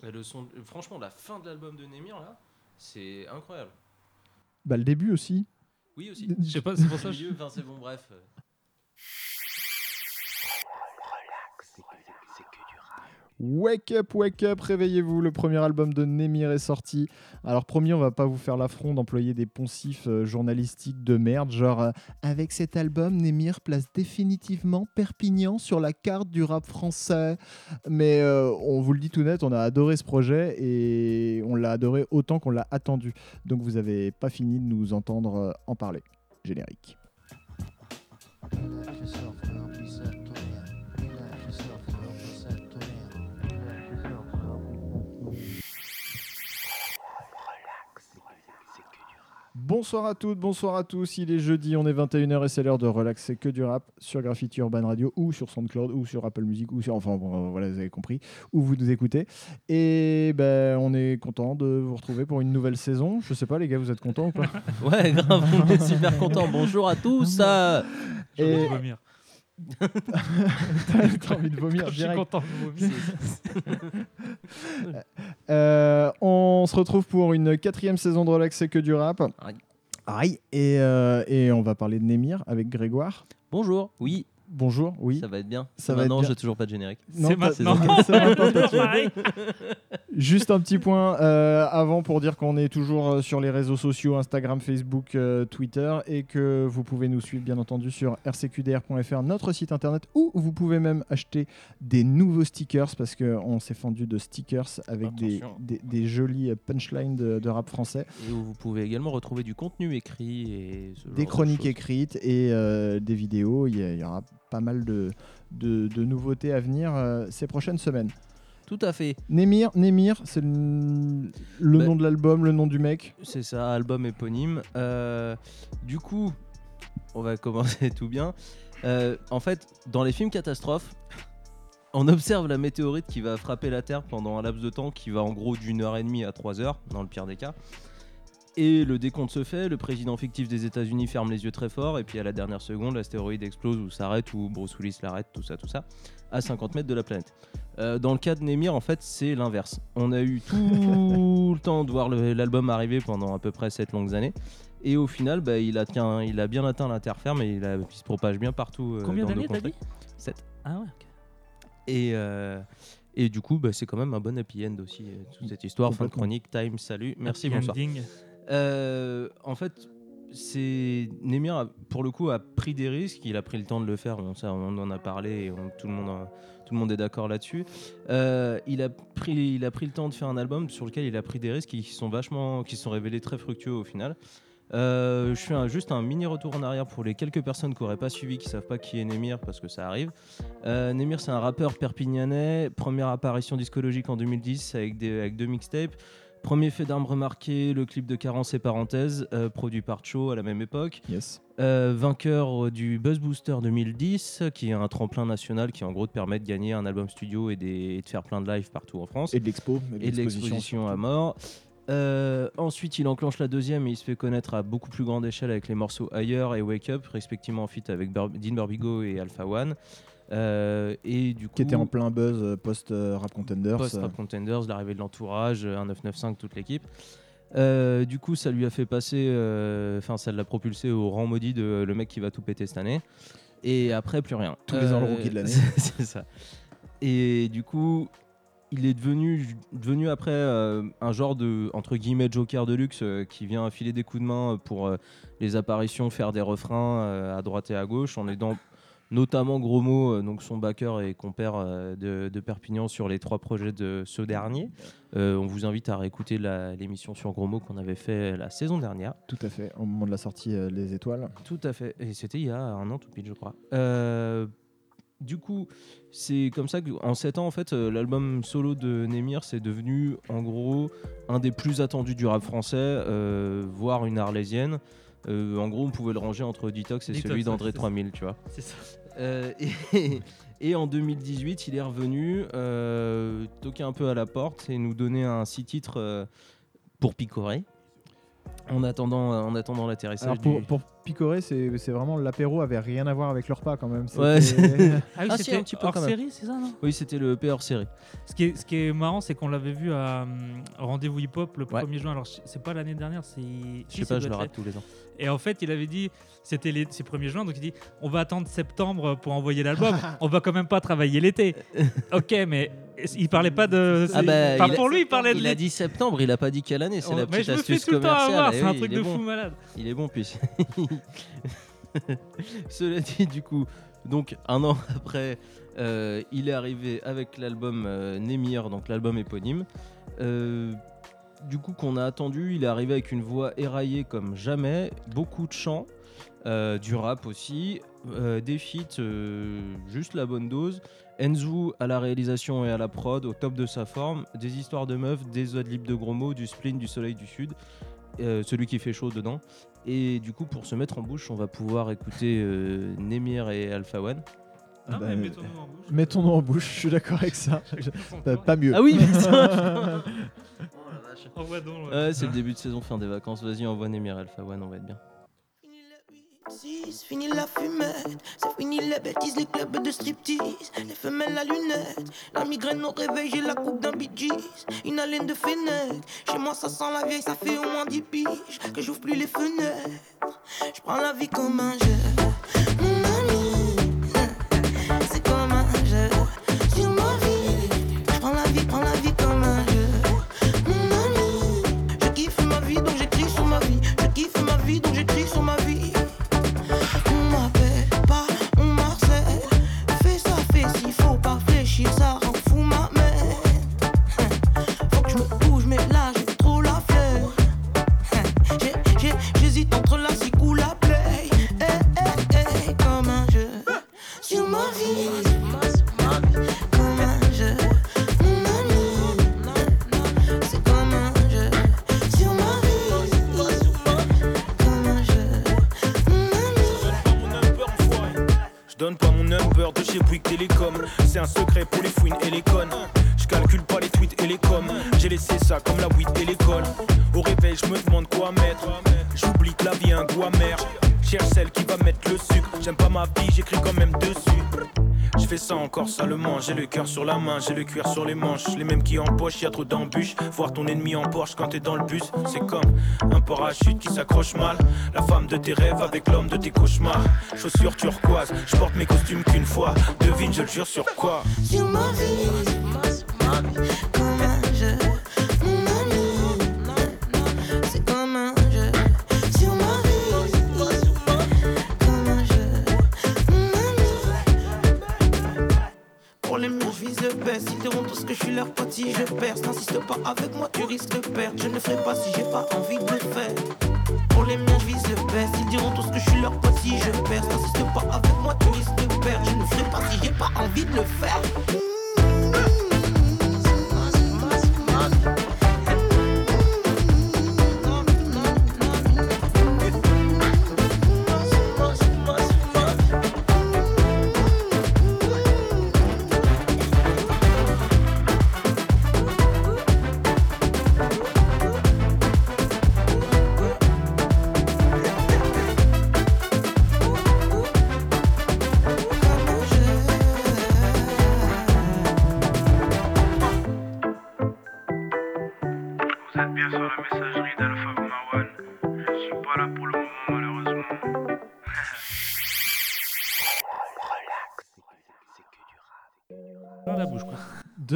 Et le son, franchement, la fin de l'album de Némir, là, c'est incroyable. Bah, le début aussi. Oui, aussi. Je sais pas, c'est pour ça. Le milieu, enfin, c'est bon, bref. Wake up, réveillez-vous, le premier album de Némir est sorti. Alors promis, on va pas vous faire l'affront d'employer des poncifs journalistiques de merde, genre avec cet album, Némir place définitivement Perpignan sur la carte du rap français. Mais on vous le dit tout net, on a adoré ce projet et on l'a adoré autant qu'on l'a attendu. Donc vous avez pas fini de nous entendre en parler. Générique. Bonsoir à toutes, bonsoir à tous, il est jeudi, on est 21h et c'est l'heure de relaxer que du rap sur Graffiti Urban Radio ou sur SoundCloud ou sur Apple Music ou sur, enfin bon, voilà, vous avez compris, où vous nous écoutez. Et ben on est content de vous retrouver pour une nouvelle saison. Je sais pas les gars, vous êtes contents ou pas? Ouais, grave, on est super contents. Bonjour à tous. J'ai envie Et- de vomir. T'as envie de vomir Je suis direct. content de vomir. On se retrouve pour une 4e saison de relaxer que du rap. Aïe. Aïe. Et on va parler de Némir avec Grégoire. Bonjour. Oui, Bonjour, oui. ça va être bien. Ça va Maintenant, être bien. j'ai toujours pas de générique. Non, C'est t'as- maintenant. c'est maintenant, t'as- Pareil. Juste un petit point avant pour dire qu'on est toujours sur les réseaux sociaux, Instagram, Facebook, Twitter, et que vous pouvez nous suivre bien entendu sur rcqdr.fr, notre site internet, où vous pouvez même acheter des nouveaux stickers parce qu'on s'est fendu de stickers avec Attention. des jolis punchlines de rap français, Et où vous pouvez également retrouver du contenu écrit et ce genre des de chroniques choses. écrites et des vidéos. Il y aura pas mal de nouveautés à venir ces prochaines semaines. Tout à fait. Némir, c'est le Bah, nom de l'album, le nom du mec. C'est ça, album éponyme. Du coup, on va commencer tout bien. En fait, dans les films catastrophes, on observe la météorite qui va frapper la Terre pendant un laps de temps qui va en gros d'1h30 à 3h, dans le pire des cas. Et le décompte se fait, le président fictif des États-Unis ferme les yeux très fort, et puis à la dernière seconde, l'astéroïde explose ou s'arrête, ou Bruce Willis l'arrête, tout ça, à 50 mètres de la planète. Dans le cas de Némir, en fait, c'est l'inverse. On a eu tout le temps de voir l'album arriver pendant à peu près 7 longues années, et au final, bah, il a bien atteint la terre ferme, et il se propage bien partout. Combien dans nos d'années t'as contextes. dit 7. Ah ouais, ok. Et du coup, bah, c'est quand même un bon happy end aussi, toute cette histoire. Fin de Complètement. chronique, time, salut, merci, Happy bonsoir. ending. En fait, Némir pour le coup a pris des risques. Il a pris le temps de le faire. On en a parlé et tout le monde est d'accord là-dessus. Il a pris le temps de faire un album sur lequel il a pris des risques qui se sont révélés très fructueux au final. Je fais juste un mini retour en arrière pour les quelques personnes qui n'auraient pas suivi, qui savent pas qui est Némir parce que ça arrive. Némir, c'est un rappeur perpignanais. Première apparition discologique en 2010 avec 2 mixtapes. Premier fait d'armes remarqué, le clip de Carence et Parenthèses, produit par Cho à la même époque. Yes. Vainqueur du Buzz Booster 2010, qui est un tremplin national qui en gros te permet de gagner un album studio et de faire plein de live partout en France. Et de l'expo. Et de l'exposition à mort. Ensuite, il enclenche la deuxième et il se fait connaître à beaucoup plus grande échelle avec les morceaux Ailleurs et Wake Up, respectivement en feat avec Dean Burbigo et Alpha One. Et du coup, Qui était en plein buzz post-Rap Contenders. Post-Rap Contenders, l'arrivée de l'entourage, 1995, toute l'équipe. Du coup, ça lui a fait passer, ça l'a propulsé au rang maudit de le mec qui va tout péter cette année. Et après, plus rien. Tous les ans, le rookie de l'année. C'est ça. Et du coup, il est devenu après un genre de, entre guillemets, Joker de luxe qui vient filer des coups de main pour les apparitions, faire des refrains à droite et à gauche, en aidant notamment Gros Mo, donc son backer et compère de Perpignan sur les 3 projets de ce dernier. On vous invite à réécouter l'émission sur Gros Mo qu'on avait fait la saison dernière. Tout à fait, au moment de la sortie Les Étoiles. Tout à fait, et c'était il y a un an tout pile, je crois. Du coup, c'est comme ça qu'en 7 ans, en fait, l'album solo de Némir, c'est devenu en gros un des plus attendus du rap français, voire une arlésienne. En gros, on pouvait le ranger entre Detox et celui d'André c'est 3000, tu vois. C'est ça. Et en 2018, il est revenu toquer un peu à la porte et nous donner un 6 titres pour picorer. En attendant l'atterrissage Alors picoré, c'est vraiment l'apéro avait rien à voir avec le repas quand même. Ouais, Ah oui, Ah, si, c'était un petit peu hors quand même. série, c'est ça, non? Oui, c'était le EP hors série. Ce qui est marrant, c'est qu'on l'avait vu à Rendez-vous Hip Hop le Ouais. 1er juin. Alors, c'est pas l'année dernière, c'est. Je sais pas, je le rate tous les ans. Et en fait, il avait dit, c'était ses 1er juin, donc il dit on va attendre septembre pour envoyer l'album, on va quand même pas travailler l'été. Ok, mais il parlait pas de. Ah bah, enfin, il a- pour lui, il parlait de Il a l'été. dit septembre, il a pas dit quelle année, c'est la Mais petite je me fais astuce tout le temps commerciale. avoir, Eh c'est un oui, truc il est de bon. fou malade. Il est bon, puis. Cela dit, du coup, donc un an après, il est arrivé avec l'album Némir, donc l'album éponyme. Du coup, qu'on a attendu, il est arrivé avec une voix éraillée comme jamais, beaucoup de chants, du rap aussi, des feats, juste la bonne dose. Enzu à la réalisation et à la prod, au top de sa forme, des histoires de meufs, des adlibs de gros mots, du spleen, du soleil du sud, celui qui fait chaud dedans. Et du coup, pour se mettre en bouche, on va pouvoir écouter Némir et Alpha One. Non, bah, mais mettons-nous en bouche. Mettons-nous en bouche, je suis d'accord avec ça. Pas mieux. Ah oui, mais ça. Oh la vache. Envoie donc. Ouais, c'est le début de saison, fin des vacances. Vas-y, envoie Némir et Alpha One, on va être bien. Fini la fumette, c'est fini les bêtises, les clubs de striptease, les femelles à lunettes, la migraine au réveil, j'ai la coupe d'un Bee Gees, une haleine de fenêtre, chez moi ça sent la vieille, ça fait au moins 10 piges, que j'ouvre plus les fenêtres, je prends la vie comme un jeu, mon ami, c'est comme un jeu, sur ma vie, je prends la vie comme un jeu, mon ami, je kiffe ma vie donc j'écris sur ma vie, je kiffe ma vie donc j'écris sur ma vie. On m'appelle pas, on m'harcèle. Fais ça, fais s'il faut pas réfléchir, ça rend fou ma mère. Faut que je me bouge, mais là j'ai trop la flemme. J'hésite entre la sick ou la play. Comme un jeu sur ma vie. Comme un jeu, mon ami. C'est comme un jeu sur ma vie. Comme un jeu. Je donne pas mon number de chez Bouygues Télécom. C'est un secret pour les fouines et les connes. Je calcule pas les tweets et les coms. J'ai laissé ça comme la weed et l'école. Au réveil je me demande quoi mettre. J'oublie que la vie a un goût amer. Cherche celle qui va mettre le sucre. J'aime pas ma vie, j'écris quand même dessus. Je fais ça encore salement, j'ai le cœur sur la main, j'ai le cuir sur les manches. Les mêmes qui empochent, y'a trop d'embûches. Voir ton ennemi en Porsche quand t'es dans le bus, c'est comme un parachute qui s'accroche mal. La femme de tes rêves avec l'homme de tes cauchemars. Chaussures turquoises, je porte mes costumes qu'une fois. Devine, je le jure sur quoi. Sur ma vie, comme un jeu, mon ami. C'est comme un jeu. Sur ma vie, comme un jeu, mon ami. Pour les miens, je vise le best. Ils diront tout ce que je suis leur pote si je perce. N'insiste pas avec moi, tu risques de perdre. Je ne ferai pas si j'ai pas envie de le faire. Pour les miens, je vise le best. Ils diront tout ce que je suis leur pote si je perce. N'insiste pas avec moi, tu risques de perdre. Je ne ferai pas si j'ai pas envie de le faire. Vous êtes bien sur la messagerie d'Alpha ou Marwan. Je suis pas là pour le moment malheureusement. Dans la bouche, quoi. De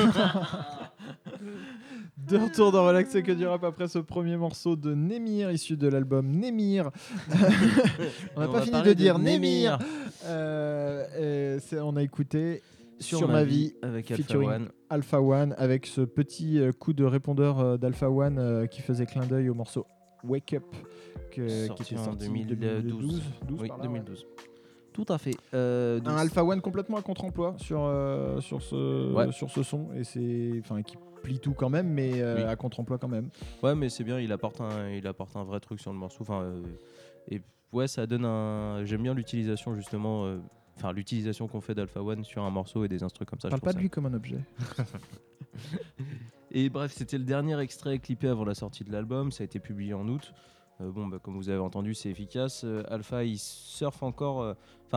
retour dans Relaxer que du rap après ce premier morceau de Némir issu de l'album Némir. On n'a On pas va fini parler de dire de Némir. Némir. On a écouté Sur ma vie avec Alpha featuring One. Alpha One avec ce petit coup de répondeur d'Alpha One qui faisait clin d'œil au morceau Wake Up qui Sorti était en sorti 2012. 12 Oui, par là, ouais. 2012. Tout à fait. Donc, Un Alpha One complètement à contre-emploi sur Ouais. ce son et c'est enfin qui plie tout quand même mais Oui. à contre-emploi quand même. Ouais, mais c'est bien, il apporte un vrai truc sur le morceau. Enfin, et ouais, ça donne un. J'aime bien l'utilisation justement. Enfin, l'utilisation qu'on fait d'Alpha One sur un morceau et des instruments comme ça. Parle je pas trouve de lui comme un objet. Et bref, c'était le dernier extrait clippé avant la sortie de l'album. Ça a été publié en août. Comme vous avez entendu, c'est efficace. Alpha, il surfe encore,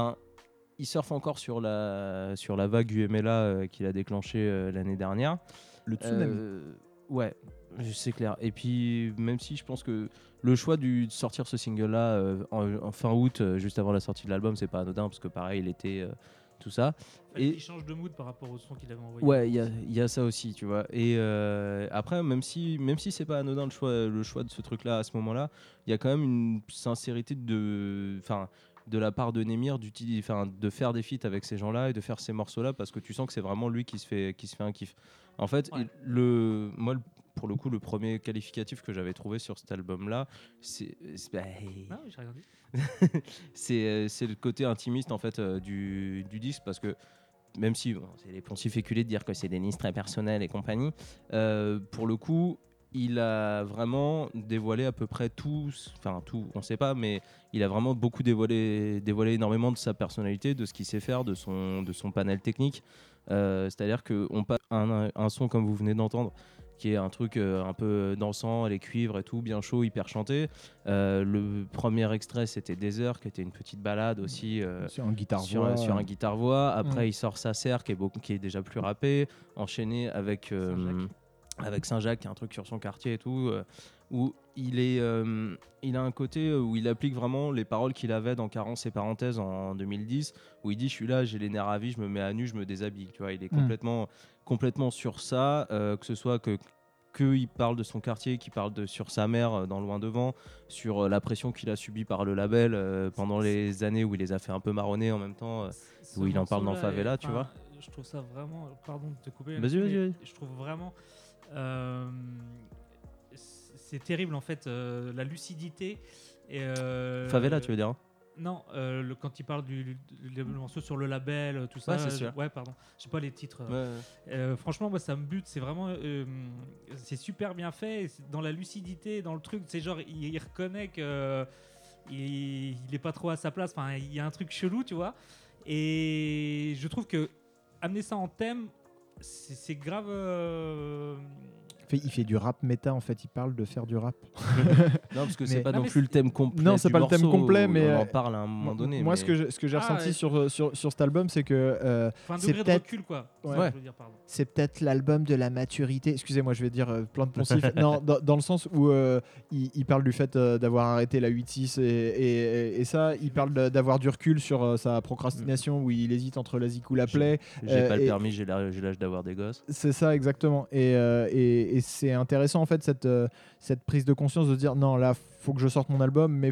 sur la vague UMLA qu'il a déclenchée l'année dernière. Le tsunami. Ouais, c'est clair. Et puis, même si je pense que le choix de sortir ce single-là en fin août, juste avant la sortie de l'album, c'est pas anodin, parce que pareil, l'été, tout ça. Et Et il change de mood par rapport au son qu'il avait envoyé. ouais, il y a ça aussi, tu vois. Et après, même si c'est pas anodin le choix de ce truc-là à ce moment-là, il y a quand même une sincérité de la part de Némir de faire des feats avec ces gens-là et de faire ces morceaux-là, parce que tu sens que c'est vraiment lui qui se fait un kiff. En fait, Ouais. pour le coup, le premier qualificatif que j'avais trouvé sur cet album-là, c'est Ah oui, j'ai rien dit. c'est le côté intimiste en fait du disque, parce que même si c'est les poncifs éculés de dire que c'est des listes très personnelles et compagnie, pour le coup, il a vraiment dévoilé à peu près tout, on sait pas, mais il a vraiment beaucoup dévoilé énormément de sa personnalité, de ce qu'il sait faire, de son panel technique. C'est-à-dire qu'on passe un son comme vous venez d'entendre, qui est un truc un peu dansant, les cuivres et tout, bien chaud, hyper chanté. Le premier extrait, c'était Desert, qui était une petite balade aussi Sur un guitare sur un guitare-voix. Après, il sort Sacer, qui est déjà plus rappé, enchaîné avec Saint-Jacques, qui a un truc sur son quartier et tout, où il a un côté où il applique vraiment les paroles qu'il avait dans Carence et Parenthèses en 2010, où il dit: je suis là, j'ai les nerfs à vie, je me mets à nu, je me déshabille. Tu vois, il est complètement sur ça, que ce soit qu'il parle de son quartier, qu'il parle sur sa mère dans Loin Devant, sur la pression qu'il a subie par le label pendant les années où il les a fait un peu marronner en même temps, où il en parle dans Favela, tu vois. Je trouve ça vraiment. Pardon de te couper. Vas-y. Je trouve vraiment. C'est terrible en fait, la lucidité. Et, Favela, tu veux dire hein? Non, quand il parle le morceau sur le label, tout ça. Ouais, c'est sûr. Ouais, pardon. Je sais pas les titres. Ouais. Franchement, moi, ça me bute. C'est vraiment, c'est super bien fait. C'est dans la lucidité, dans le truc. C'est genre, il reconnaît que il est pas trop à sa place. Enfin, il y a un truc chelou, tu vois. Et je trouve que amener ça en thème, c'est grave. Il fait du rap méta, en fait. Il parle de faire du rap. Non, parce que c'est Mais- pas Non, non mais plus le thème complet. Non, c'est du pas le thème morceau, complet, mais, on en parle à un moment donné. Moi, mais- ce que j'ai ressenti ouais. sur cet album, c'est que Enfin, un c'est degré de peut-être- recul, quoi. Ouais. C'est ça que je veux dire, pardon. c'est peut-être l'album de la maturité. Excusez-moi, je vais dire plein de poncifs. Non, dans le sens où il parle du fait d'avoir arrêté la 8-6 et ça, il parle d'avoir du recul sur sa procrastination, où il hésite entre la zik ou la play. J'ai pas le et- permis, j'ai l'âge d'avoir des gosses. C'est ça, exactement. Et c'est intéressant, en fait, cette prise de conscience de dire non, là, faut que je sorte mon album, mais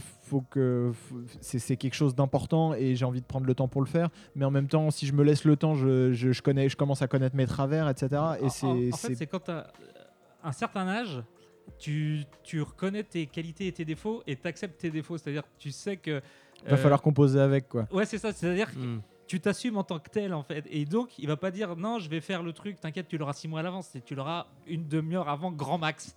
c'est quelque chose d'important et j'ai envie de prendre le temps pour le faire. Mais en même temps, si je me laisse le temps, je commence à connaître mes travers, etc. Et En fait, c'est quand tu as un certain âge, tu reconnais tes qualités et tes défauts et tu acceptes tes défauts. C'est-à-dire que tu sais que. va falloir composer avec, quoi. Ouais, c'est ça. C'est-à-dire que Mm. tu t'assumes en tant que tel, en fait. Et donc, il va pas dire non, je vais faire le truc, t'inquiète, tu l'auras 6 mois à l'avance. Tu l'auras une demi-heure avant, grand max.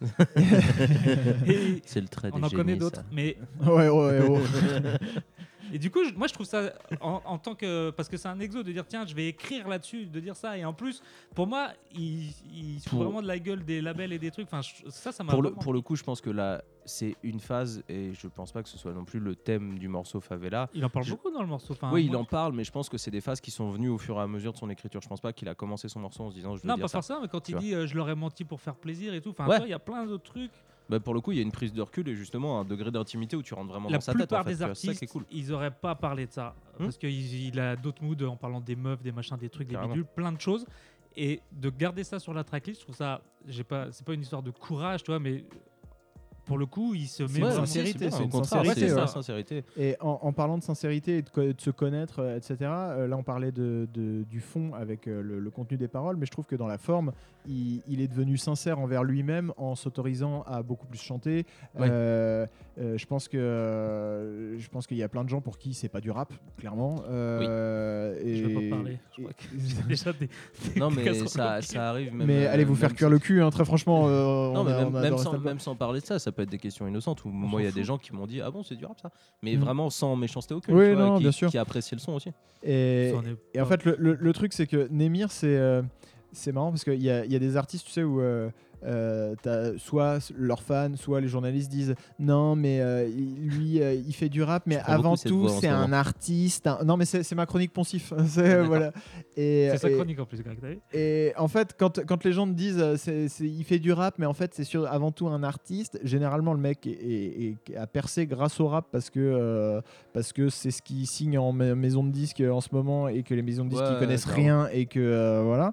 Et C'est le trait on des en connaît génies, d'autres. ça. Mais Ouais. et du coup, moi je trouve ça en tant que. Parce que c'est un exo de dire tiens, je vais écrire là-dessus, de dire ça. Et en plus, pour moi, il se fout Pour- vraiment de la gueule des labels et des trucs. Enfin, ça m'a. Pour vraiment- le coup, je pense que là, c'est une phase, et je pense pas que ce soit non plus le thème du morceau Favela. Il en parle je- beaucoup dans le morceau. Enfin, Oui, il moi- en parle, mais je pense que c'est des phases qui sont venues au fur et à mesure de son écriture. Je pense pas qu'il a commencé son morceau en se disant je veux Non, dire pas ça. forcément, mais quand Tu il vois. dit je leur ai menti pour faire plaisir et tout. Enfin, Ouais. tu vois, il y a plein d'autres trucs. Bah, pour le coup, il y a une prise de recul et justement un degré d'intimité où tu rentres vraiment La dans sa tête. plupart En fait. des Tu vois, c'est ça artistes, qui est cool. ils auraient pas parlé de ça. Parce qu'il a d'autres moods en parlant des meufs, des machins, des trucs, des Carrément. bidules, plein de choses. Et de garder ça sur la tracklist, je trouve ça. C'est pas une histoire de courage, tu vois, mais pour le coup, il se met une vraiment- sincérité, bien, c'est au une contraire, sincérité, c'est ouais. la sincérité. Et en parlant de sincérité et de se connaître, etc., là on parlait du fond avec le contenu des paroles, mais je trouve que dans la forme, il est devenu sincère envers lui-même en s'autorisant à beaucoup plus chanter. Ouais. Je pense qu'il y a plein de gens pour qui c'est pas du rap, clairement. Je vais pas parler. Je crois que j'ai déjà des Non, mais casseroles ça, au cul. ça arrive même. Mais allez vous faire même cuire si- le cul, hein, très franchement. Non, mais on a adoré cet album. même sans parler de ça, ça peut être des questions innocentes. Où moi, il y a s'en des fout. gens qui m'ont dit ah bon, c'est du rap ça. Mais Mm. vraiment sans méchanceté aucune. Oui, tu vois, non, qui, bien sûr. Qui apprécient le son aussi. Et, Ça en est et en pas- fait, le truc, c'est que Némir, c'est marrant parce qu'il y a des artistes, tu sais, où t'as soit leurs fans, soit les journalistes disent non, mais lui, il fait du rap, mais prends avant beaucoup cette tout, voix en c'est ce un moment. artiste. Non, mais c'est ma chronique poncif. D'accord. Voilà. C'est sa chronique en plus, Greg, t'as vu ? Et en fait, quand les gens te disent il fait du rap, mais en fait, c'est avant tout un artiste, généralement, le mec a percé grâce au rap parce que c'est ce qui signe en maison de disques en ce moment et que les maisons de disques Ouais, qui connaissent clairement. rien et que voilà.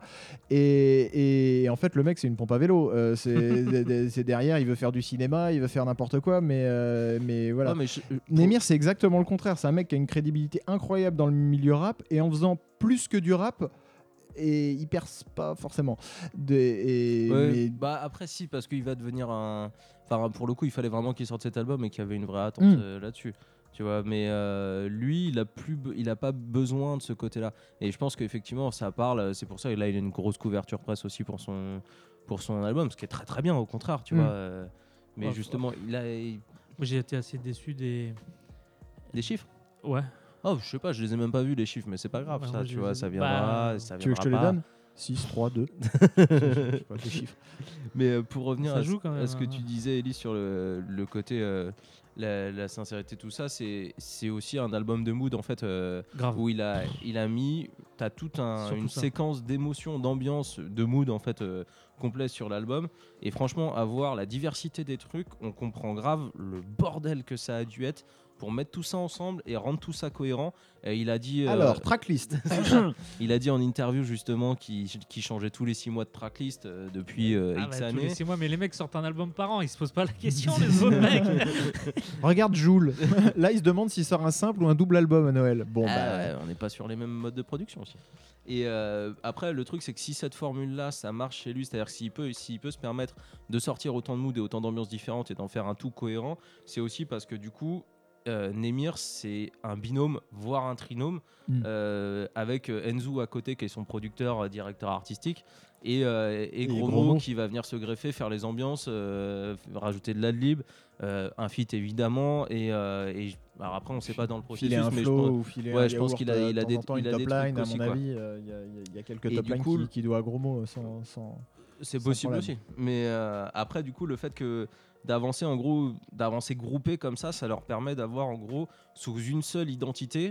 Et en fait, le mec, c'est une pompe à vélo. C'est derrière, il veut faire du cinéma, il veut faire n'importe quoi, mais voilà. Ouais, mais Némir, c'est exactement le contraire. C'est un mec qui a une crédibilité incroyable dans le milieu rap et en faisant plus que du rap, et il perce pas forcément. Ouais, bah après si, parce qu'il va devenir un... Enfin, pour le coup, il fallait vraiment qu'il sorte cet album et qu'il y avait une vraie attente là-dessus. Tu vois, mais lui, il a pas besoin de ce côté-là. Et je pense qu'effectivement, ça parle. C'est pour ça que là, il a une grosse couverture presse aussi pour son album, ce qui est très très bien, au contraire, tu vois. Mais Ouais, justement, Moi, j'ai été assez déçu des chiffres. Ouais. Oh, je sais pas, je les ai même pas vus les chiffres, mais c'est pas grave, Ouais, ça, moi, tu je vois, les ai- ça viendra, Bah, ça Tu veux que je te les viendra pas. donne 6, 3, 2. Je sais pas, des chiffres. Mais pour revenir Ça à, joue quand même, à ce que hein. tu disais, Ellie, sur le côté la sincérité, tout ça, c'est aussi un album de mood en fait, Grave. où il a mis, t'as toute Surtout une ça. séquence d'émotions, d'ambiance, de mood en fait complet sur l'album. Et franchement, à voir la diversité des trucs, on comprend grave le bordel que ça a dû être pour mettre tout ça ensemble et rendre tout ça cohérent. Et il a dit Alors, tracklist. il a dit en interview justement qu'il changeait tous les 6 mois de tracklist depuis Ah X bah, tous les années. 6 mois, mais les mecs sortent un album par an, ils se posent pas la question, les autres mecs. Regarde Joule. Là, il se demande s'il sort un simple ou un double album à Noël. Bon, Ah bah. ouais, on n'est pas sur les mêmes modes de production aussi. Et après, le truc, c'est que si cette formule-là, ça marche chez lui, c'est-à-dire que s'il peut se permettre de sortir autant de moods et autant d'ambiances différentes et d'en faire un tout cohérent, c'est aussi parce que du coup, Némir, c'est un binôme, voire un trinôme, avec Enzo à côté, qui est son producteur, directeur artistique, et Gros Gros Mo Mo. qui va venir se greffer, faire les ambiances, rajouter de l'adlib, un feat évidemment, alors après, on ne sait pas dans le processus, Filer un mais flow ou filer un je pense yaourt, qu'il a de temps des en temps, il une a des top line, trucs à aussi, mon quoi. avis. Il y a quelques Et top du lines coup, qui doit à Gros Mo sans c'est sans possible problème. aussi. Mais après, du coup, le fait d'avancer en gros, d'avancer groupé comme ça leur permet d'avoir en gros sous une seule identité,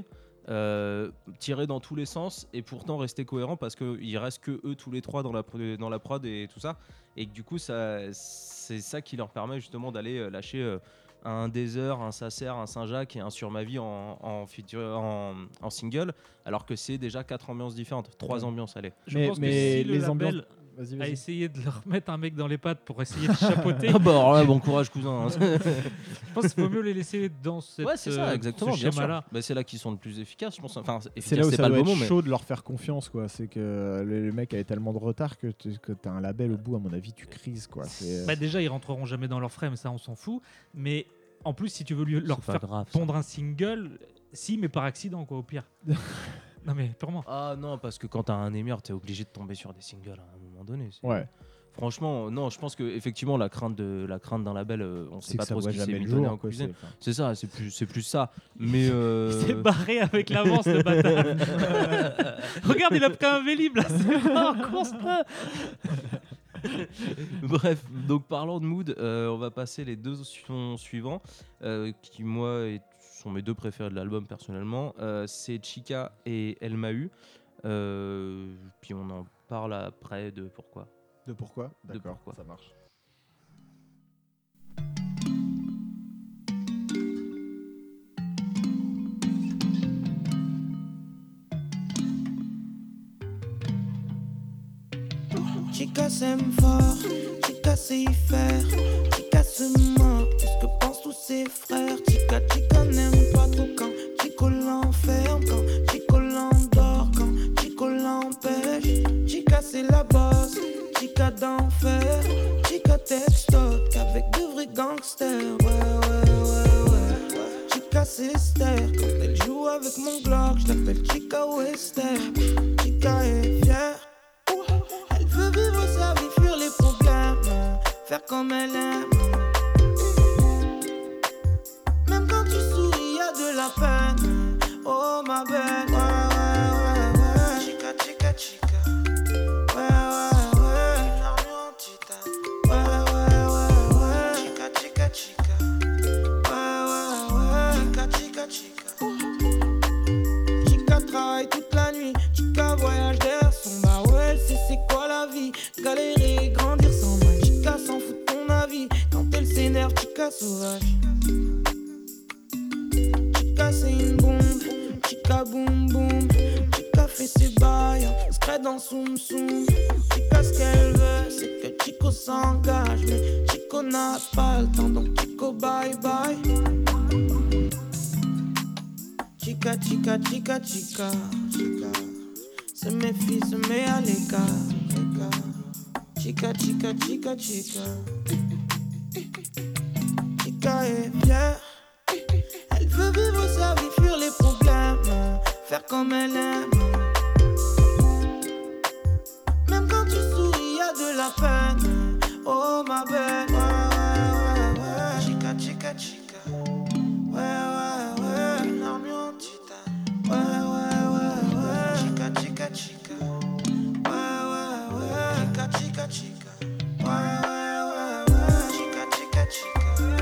tirer dans tous les sens et pourtant rester cohérent parce qu'il reste que eux tous les trois dans la prod et tout ça. Et que du coup, c'est ça qui leur permet justement d'aller lâcher un Deezer, un Sacer, un Saint-Jacques et un Sur ma vie en single, alors que c'est déjà 4 ambiances différentes, 3 ambiances, allez. Je pense que si le les label ambiances. Vas-y, a vas-y. essayé de leur mettre un mec dans les pattes pour essayer de chapeauter, Ah bah alors là, bon courage cousin. hein. je pense qu'il faut mieux les laisser dans cette, Ouais, c'est ça, exactement, ce bien sûr. schéma-là. Bah, c'est là qu'ils sont le plus efficaces, je pense. Enfin, C'est là où c'est ça pas doit le être bon mot, mais chaud de leur faire confiance, quoi. C'est que le mec avait tellement de retard que t'as un label au bout, à mon avis, tu crises, quoi. Bah, déjà, ils rentreront jamais dans leur frame, ça on s'en fout. Mais en plus, si tu veux leur c'est pas faire grave. ça. pondre un single, si, mais par accident, quoi, au pire. Non, mais purement. Ah non, parce que quand t'as un émir, t'es obligé de tomber sur des singles à un moment donné. Ouais. Franchement, non, je pense que effectivement la crainte d'un label, on C'est sait que pas ça trop ce voit qui s'est jamais le mitonné jour, en quoi. cuisine. Enfin, C'est ça, c'est plus ça. Mais Il s'est barré avec l'avance, le bâtard. Regarde, il a pris un Vélib, là. C'est mort, course-le. Bref, donc parlant de mood, on va passer les 2 sons suivants, qui moi sont mes 2 préférés de l'album personnellement. C'est Chica et El Mahu. Puis on en parle après de pourquoi. de pourquoi De D'accord, pourquoi. ça marche. Chica s'aime fort, Chica sait y faire, Chica se moque de ce que pensent tous ses frères. Chica n'aime pas trop quand Chico l'enferme, quand Chico l'endort, quand Chico l'empêche. Chica c'est la boss, Chica d'enfer, Chica textote qu'avec de vrais gangsters. Ouais. Chica s'estère quand elle joue avec mon Glock, je l'appelle Chica Wester. Chica est fière. Elle veut vivre sa vie, fuir les problèmes, faire comme elle aime. Même quand tu souris, y'a de la peine. Oh ma belle, ouais. Chica. Ouais. Une armure en titane. Ouais. chica sauvage. Chica c'est une bombe, chica boum boum. Chica fait ses bails, secret dans soum soum. Chica ce qu'elle veut, c'est que Chico s'engage. Mais Chico n'a pas le temps, donc Chico bye bye. Chica, chica, chica, chica, chica. Se méfie, se met à l'écart. Chica, chica, chica, chica. Chica est fière. Elle veut vivre sa vie, fuir les problèmes, faire comme elle aime. Même quand tu souris, y'a de la peine. Oh ma belle, ouais, ouais, ouais. Chica, chica, chica. Ouais, ouais, ouais. Une armure en titane. Ouais, ouais, ouais, ouais. Chica, chica, chica. Ouais, ouais, ouais. Chica, chica, chica. Ouais, ouais, ouais, ouais. Chica, chica, chica.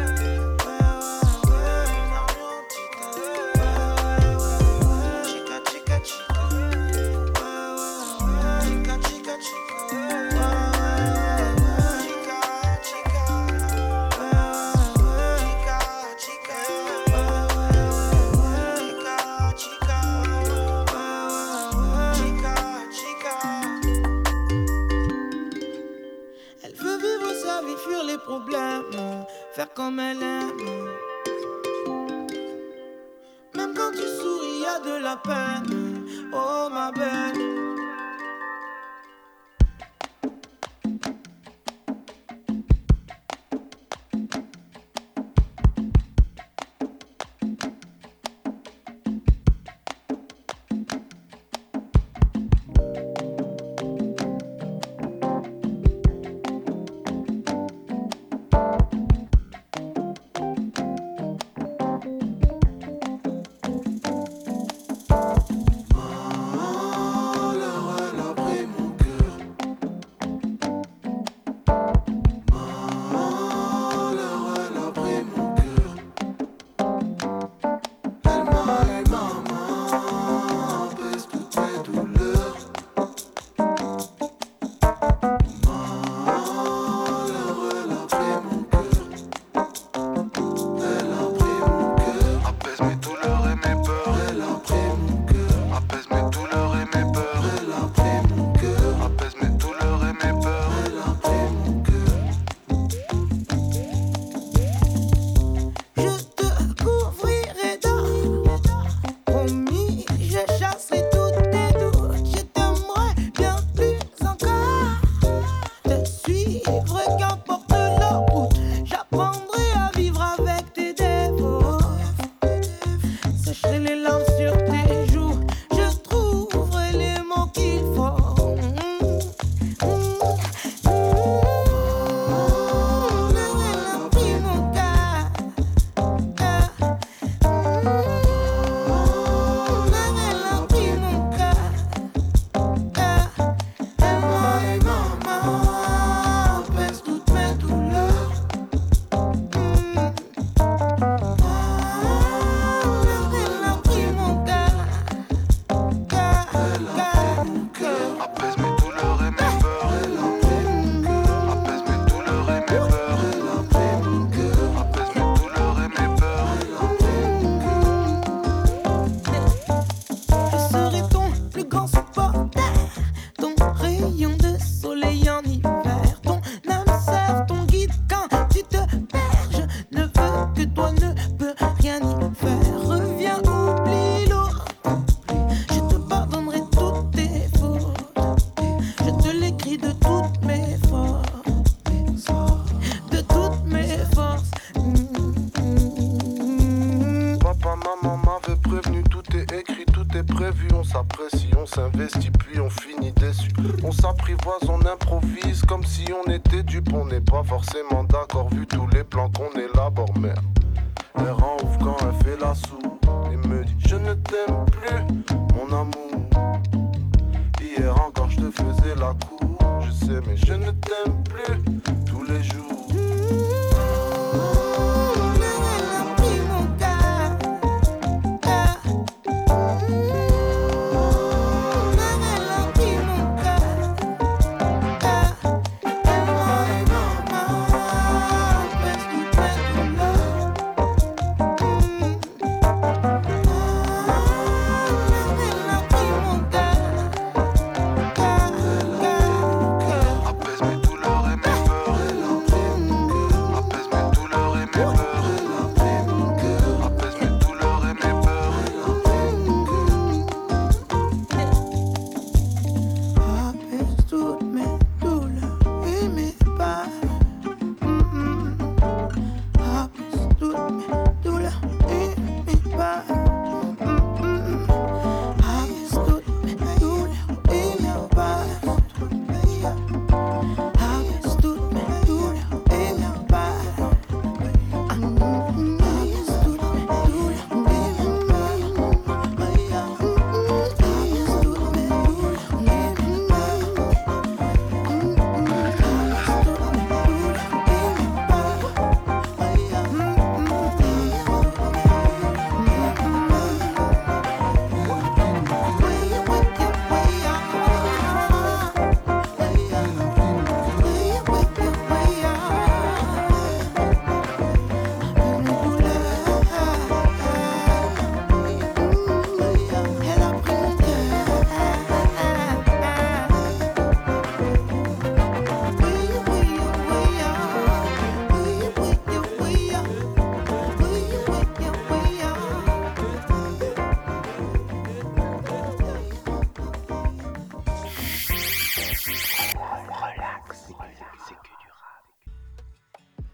Problèmes, faire comme elle aime. Même quand tu souris, y'a de la peine. Oh ma belle. s'investit puis on finit déçu. On s'apprivoise, on improvise comme si on était dupe. On n'est pas forcément d'accord vu tous les plans qu'on élabore. Mais elle rend ouf quand elle fait la sourde et me dit je ne t'aime plus mon amour. Hier encore je te faisais la cour, je sais mais je ne t'aime plus tous les jours.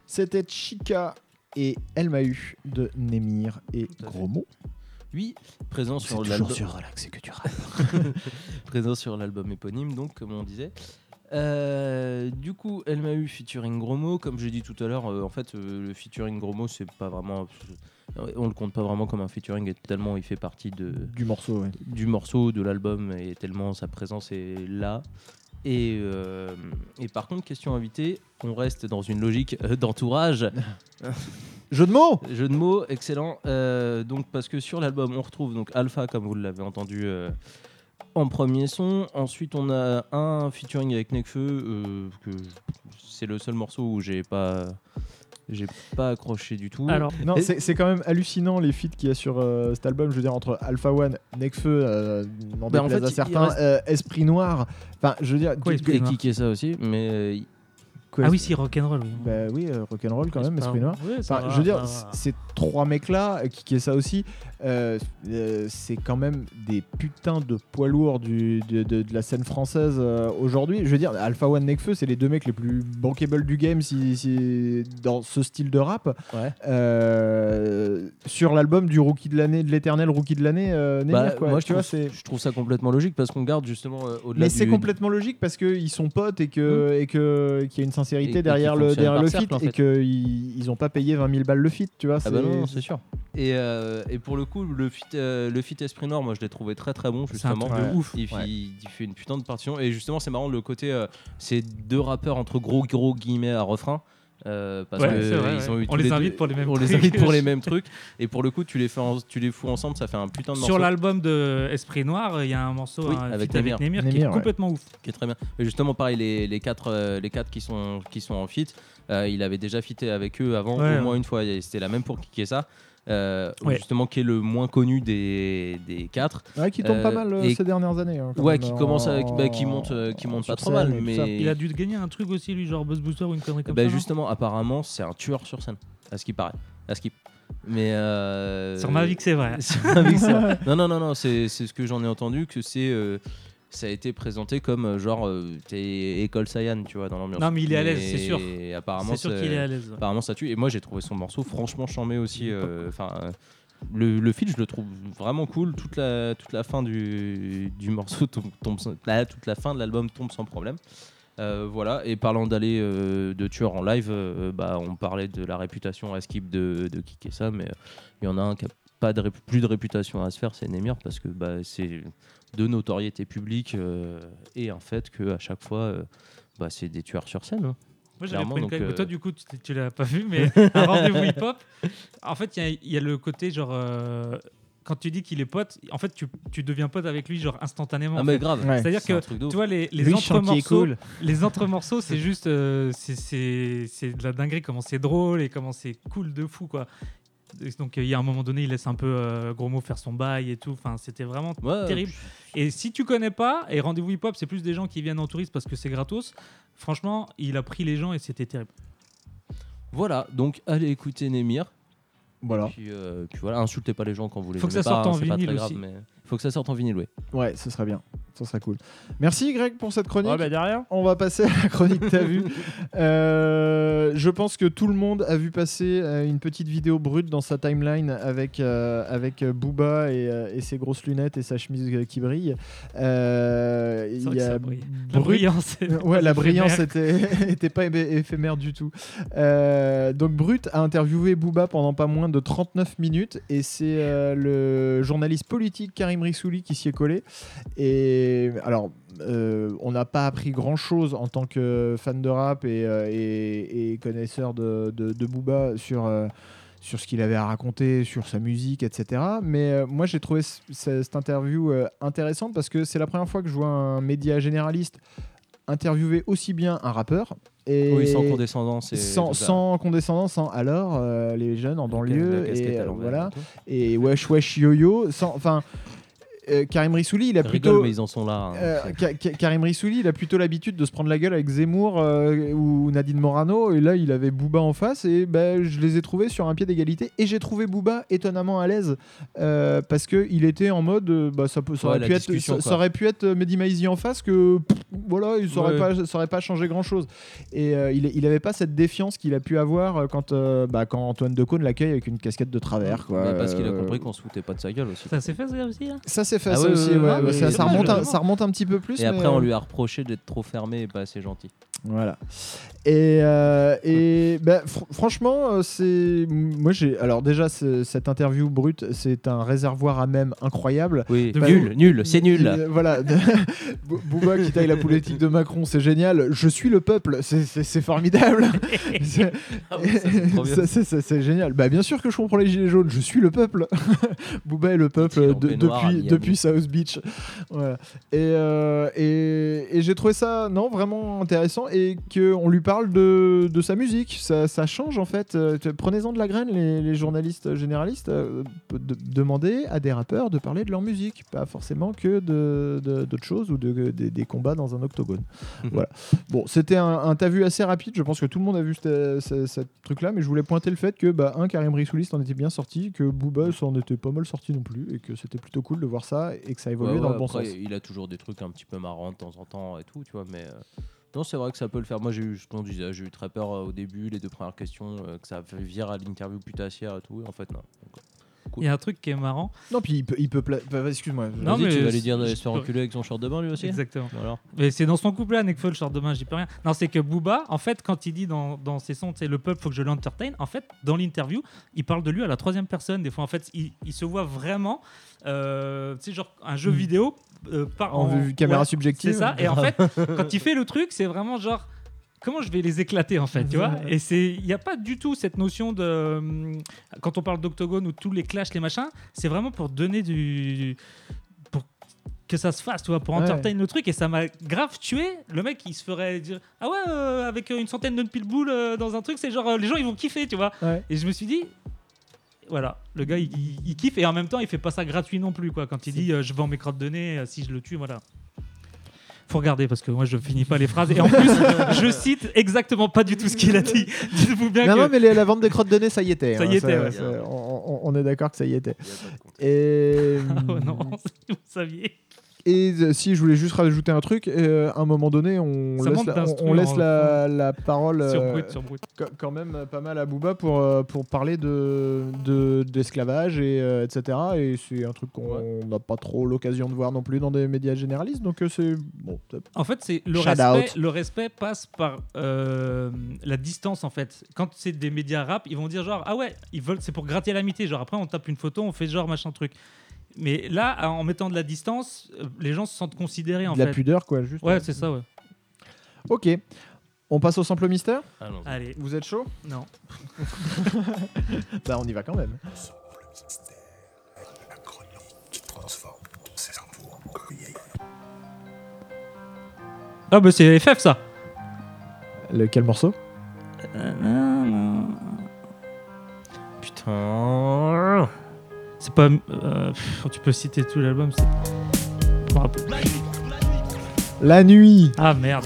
C'était Chica et Elle m'a eu de Némir et Tout à fait. Gros mots. Oui, présent C'est sur toujours l'album. sur Relax et que tu rappes. Présent sur l'album éponyme, donc, comme on disait. Du coup, Elle m'a eu featuring Gromo. Comme j'ai dit tout à l'heure, en fait, le featuring Gromo, c'est pas vraiment. On le compte pas vraiment comme un featuring, tellement il fait partie Du morceau, ouais. du morceau, de l'album, et tellement sa présence est là. Et par contre, question invitée, on reste dans une logique d'entourage. Jeu de mots. Jeu de mots, excellent. Donc, parce que sur l'album, on retrouve donc Alpha, comme vous l'avez entendu en premier son. Ensuite, on a un featuring avec Nekfeu, que c'est le seul morceau où j'ai pas accroché du tout. Alors, Non, Et- c'est quand même hallucinant les feats qu'il y a sur cet album. Je veux dire, entre Alpha One, Nekfeu, n'en Bah, en déplaise fait, à il certains, reste- Esprit Noir. Enfin, je veux dire. Quoi, Esprit et Noir qui est ça aussi, mais quoi, ah oui, si, rock'n'roll, oui. Bah oui, rock'n'roll quand même, C'est pas- Esprit Noir. Ouais, ça Enfin, va, je veux dire, ça va. ces trois mecs-là, qui est ça aussi, c'est quand même des putains de poids lourds de la scène française aujourd'hui. Je veux dire, Alpha One, Nekfeu, c'est les deux mecs les plus bankable du game si dans ce style de rap. ouais. Sur l'album du rookie de l'année, de l'éternel rookie de l'année, Némir, Bah, quoi. moi, Tu vois, c'est... je trouve ça complètement logique parce qu'on garde justement au-delà Mais du... c'est complètement logique parce qu'ils sont potes et qu'il y a une sincérité Et derrière qu'ils le fonctionnent par feat cercle, en et fait. qu'ils n'ont pas payé 20 000 balles le feat, tu vois. Ah bah non, c'est sûr. Et pour le coup, le feat Esprit Noir, moi je l'ai trouvé très très bon C'est un justement. truc de ouf. Il fait une putain de partition et justement c'est marrant le côté c'est deux rappeurs entre gros guillemets à refrain. Parce Ouais, que c'est vrai, ils ont ouais. eu On tous les deux- invite pour les mêmes on trucs. les invite pour les mêmes trucs et pour le coup tu les fous ensemble, ça fait un putain de morceau Sur l'album de Esprit Noir, il y a un morceau, Oui, un avec feat avec Némir. Némir qui est Némir, ouais. complètement ouf. qui est très bien. Mais justement pareil les quatre qui sont en feat, il avait déjà featé avec eux avant Ouais, au moins ouais. une fois. Et c'était la même pour qui est ça. Ouais. Justement qui est le moins connu des quatre. Ouais, qui tombe pas mal et- ces dernières années. Hein, quand Ouais, même, qui commence avec, qui monte sur pas trop scène mal, et tout mais ça. Il a dû gagner un truc aussi, lui, genre Buzz Booster ou une connerie comme ça. non justement, apparemment, c'est un tueur sur scène, à ce qui paraît, à ce qui. Mais Sur ma vie que c'est vrai. sur ma vie que c'est vrai. Non, c'est ce que j'en ai entendu que ça a été présenté comme genre t'es école Saiyan, tu vois, dans l'ambiance. Non, mais il est à l'aise, c'est sûr. Et apparemment, C'est sûr qu'il est à l'aise. apparemment ça tue. Et moi, j'ai trouvé son morceau franchement charmé aussi. Enfin. Le feat, je le trouve vraiment cool. Toute la fin du morceau tombe toute la fin de l'album tombe sans problème. Voilà. Et parlant d'aller de tueur en live, on parlait de la réputation à skip de Kikessa, mais il y en a un qui a pas plus de réputation à se faire, c'est Némir, parce que c'est de notoriété publique et en fait que à chaque fois, c'est des tueurs sur scène. Hein. Moi j'avais Clairement, pris une donc, claque, mais toi du coup tu l'as pas vu, mais un rendez-vous hip-hop. En fait il y a le côté genre quand tu dis qu'il est pote, en fait tu deviens pote avec lui genre instantanément. Ah en mais fait. grave. Ouais. C'est-à-dire C'est un que truc de ouf. tu vois les Lui, je sens qu'il est entre-morceaux, cool. les entre-morceaux c'est juste c'est de la dinguerie comment c'est drôle et comment c'est cool de fou quoi. Donc il y a un moment donné il laisse un peu Gros Mot faire son bail et tout. Enfin c'était vraiment Ouais, terrible. Et si tu connais pas, et rendez-vous hip-hop, c'est plus des gens qui viennent en touriste parce que c'est gratos. Franchement, il a pris les gens et c'était terrible. Voilà, donc allez écouter Némir. Voilà. Puis voilà, insultez pas les gens quand vous les Faut que aimez ça pas, sorte en c'est pas vinyle très grave, aussi. mais faut que ça sorte en vinyle, ouais. Ouais, ce serait bien. Ça serait cool. Merci Greg pour cette chronique. Ouais, bah derrière. On va passer à la chronique T'as vu. Je pense que tout le monde a vu passer une petite vidéo brute dans sa timeline avec Booba et ses grosses lunettes et sa chemise qui brille. C'est vrai Il que y ça a brille. La Brut- brillance. Ouais, la brillance éphémère. était pas éphémère du tout. Donc Brut a interviewé Booba pendant pas moins de 39 minutes et c'est le journaliste politique Karim Rissouli qui s'y est collé. Et alors, on n'a pas appris grand-chose en tant que fan de rap et connaisseur de Booba sur ce qu'il avait à raconter, sur sa musique, etc. Mais moi, j'ai trouvé cette interview intéressante parce que c'est la première fois que je vois un média généraliste interviewer aussi bien un rappeur. Et Oui, sans condescendance. Et sans tout ça. condescendance, sans alors les jeunes en banlieue La casquette et à l'envers voilà et tout. et wesh yo-yo sans enfin Karim Rissouli, il a Rigole, plutôt. mais ils en sont là. hein. Karim Rissouli, il a plutôt l'habitude de se prendre la gueule avec Zemmour ou Nadine Morano, et là il avait Booba en face, et je les ai trouvés sur un pied d'égalité, et j'ai trouvé Booba étonnamment à l'aise parce que il était en mode, ça aurait pu être Mehdi Maizi en face, que voilà, ça aurait pas changé grand chose, et il avait pas cette défiance qu'il a pu avoir quand Antoine Decaune l'accueille avec une casquette de travers, quoi. Mais parce qu'il a compris qu'on se foutait pas de sa gueule aussi. Ça s'est fait ça aussi là. Ça s'est fait Ah ça ouais, aussi, ouais, ouais, ouais, ça remonte un petit peu plus. Et mais, après, on lui a reproché d'être trop fermé et pas assez gentil. Voilà. Franchement, c'est moi alors déjà cette interview brute, c'est un réservoir à mèmes incroyable. Oui, nul, c'est nul. Voilà, Booba qui taille la politique de Macron, c'est génial. Je suis le peuple, c'est formidable. C'est génial. Bien sûr que je comprends les gilets jaunes. Je suis le peuple. Booba est le peuple depuis South Beach. Voilà. Et j'ai trouvé ça vraiment intéressant, et qu'on lui parle de sa musique. Ça change en fait. Prenez-en de la graine, les journalistes généralistes. Demandez à des rappeurs de parler de leur musique, pas forcément que d'autres choses ou des combats dans un octogone. Voilà. Bon, c'était un t'as vu assez rapide. Je pense que tout le monde a vu ce truc-là, mais je voulais pointer le fait que Karim Rissouli en était bien sorti, que Booba s'en était pas mal sorti non plus, et que c'était plutôt cool de voir ça et que ça évoluait dans le bon sens. Il a toujours des trucs un petit peu marrants de temps en temps et tout, tu vois, mais non, c'est vrai que ça peut le faire. Moi, j'ai eu très peur au début, les 2 premières questions, que ça vire à l'interview putassière et tout, et en fait, non. Donc, cool. Il y a un truc qui est marrant. Non, puis il peut excuse-moi. Non, Vas-y, mais tu vas lui dire de se faire enculer avec son short de bain, lui aussi. Exactement. Voilà. Mais c'est dans son couplet à Nekfeu, le short de bain, j'y peux rien. Non, c'est que Booba, en fait, quand il dit dans ses sons, le peuple, faut que je l'entertain, en fait, dans l'interview, il parle de lui à la 3e personne. Des fois, en fait, il se voit vraiment, genre un jeu vidéo en caméra subjective. C'est ça. Et en fait, quand il fait le truc, c'est vraiment genre, comment je vais les éclater en fait, tu vois. Et il n'y a pas du tout cette notion de, quand on parle d'octogone ou tous les clashs, les machins, c'est vraiment pour donner pour que ça se fasse, tu vois, pour entertain le truc. Et ça m'a grave tué. Le mec, il se ferait dire, ah ouais, avec une centaine de pitbulls dans un truc, c'est genre, les gens ils vont kiffer, tu vois. Et je me suis dit, voilà, le gars il kiffe, et en même temps il fait pas ça gratuit non plus, quoi. Quand il dit je vends mes crottes de nez, si je le tue, voilà. Faut regarder parce que moi je finis pas les phrases, et en plus je cite exactement pas du tout ce qu'il a dit. Dites-vous bien non, mais la vente des crottes de nez, ça y était. Ça y était, ouais. On est d'accord que ça y était. Et oh non, vous saviez. Et si je voulais juste rajouter un truc, à un moment donné, on laisse la parole sur brut. Quand même pas mal à Booba pour parler d'esclavage etc. Et c'est un truc qu'on n'a pas trop l'occasion de voir non plus dans des médias généralistes. Donc c'est bon. En fait, c'est le respect passe par la distance en fait. Quand c'est des médias rap, ils vont dire genre ah ouais, c'est pour gratter l'amitié. Genre après on tape une photo, on fait genre machin truc. Mais là, en mettant de la distance, les gens se sentent considérés en fait. De la pudeur, quoi, juste. Ouais, c'est ça, ouais. Ok. On passe au sample mystère ? Allez. Vous êtes chaud ? Non. On y va quand même. Ah bah c'est FF ça. Quel morceau ? Putain. C'est pas. Tu peux citer tout l'album. La nuit. Ah merde.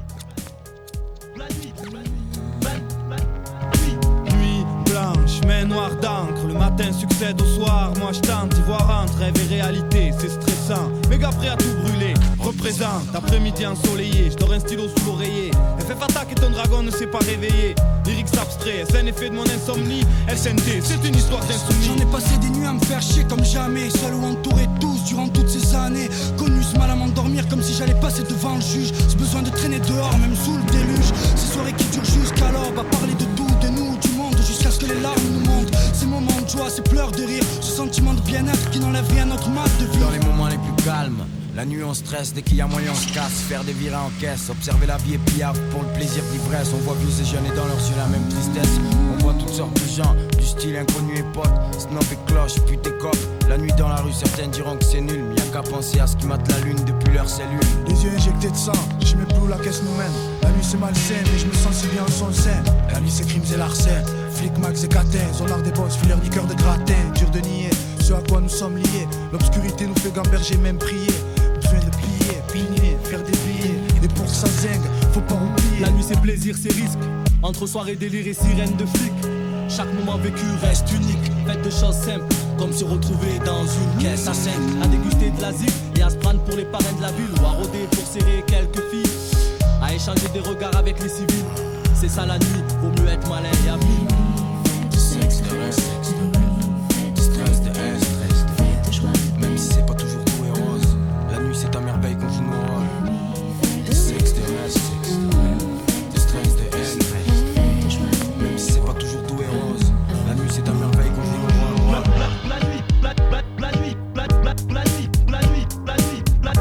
Nuit blanche, main noire d'encre. Le matin succède au soir. Moi je tente d'y voir entre rêve et réalité. C'est stressant. Méga prêt à tout brûler. Représente, après-midi ensoleillé. Je dors un stylo sous l'oreiller. FF attaque et ton dragon ne s'est pas réveillé. Lyrics abstraits, c'est un effet de mon insomnie. SNT, c'est une histoire d'insoumis. J'en ai passé des nuits à me faire chier comme jamais. Seul ou entouré de tous durant toutes ces années. Connu ce mal à m'endormir comme si j'allais passer devant le juge. Ce besoin de traîner dehors, même sous le déluge. Ces soirées qui durent jusqu'à l'aube. À parler de tout, de nous, du monde, jusqu'à ce que les larmes nous montent. Ces moments de joie, ces pleurs de rire. Ce sentiment de bien-être qui n'enlève rien à notre mode de vie. Dans les moments les plus calmes, la nuit on stresse, dès qu'il y a moyen on se casse. Faire des virées en caisse, observer la vie et piave pour le plaisir d'ivresse. On voit vieux et jeunes et dans leurs yeux la même tristesse. On voit toutes sortes de gens, du style inconnu et potes. Snob et cloche, puis tes copes. La nuit dans la rue, certains diront que c'est nul. Mais y'a qu'à penser à ce qui mate la lune depuis leur cellule. Les yeux injectés de sang, je sais même plus où la caisse nous mène. La nuit c'est malsain, mais je me sens si bien en son sein. La nuit c'est crimes et larcènes, flics, max et catins. On art des boss, fileurs, niqueurs de gratin. Dur de nier, ce à quoi nous sommes liés. L'obscurité nous fait gamberger, même prier. Besoin de plier, pigner, faire des billets. Et pour ça zingue, faut pas oublier. La nuit c'est plaisir, c'est risque. Entre soirée délire et sirène de flics. Chaque moment vécu reste unique. Faites de choses simples, comme se retrouver dans une caisse à 5. À déguster de la zik et à se prendre pour les parrains de la ville. Ou à rôder pour serrer quelques filles. À échanger des regards avec les civils. C'est ça la nuit, vaut mieux être malin et habile. Même si c'est pas toujours tout et rose, la nuit c'est ta merveille qu'on joue nos rôles. Sexe de reste, de stress, de haine. Même si c'est pas toujours tout et rose, la nuit c'est ta merveille qu'on joue nos rôles. La nuit, la nuit, la nuit, la nuit, la nuit, la nuit,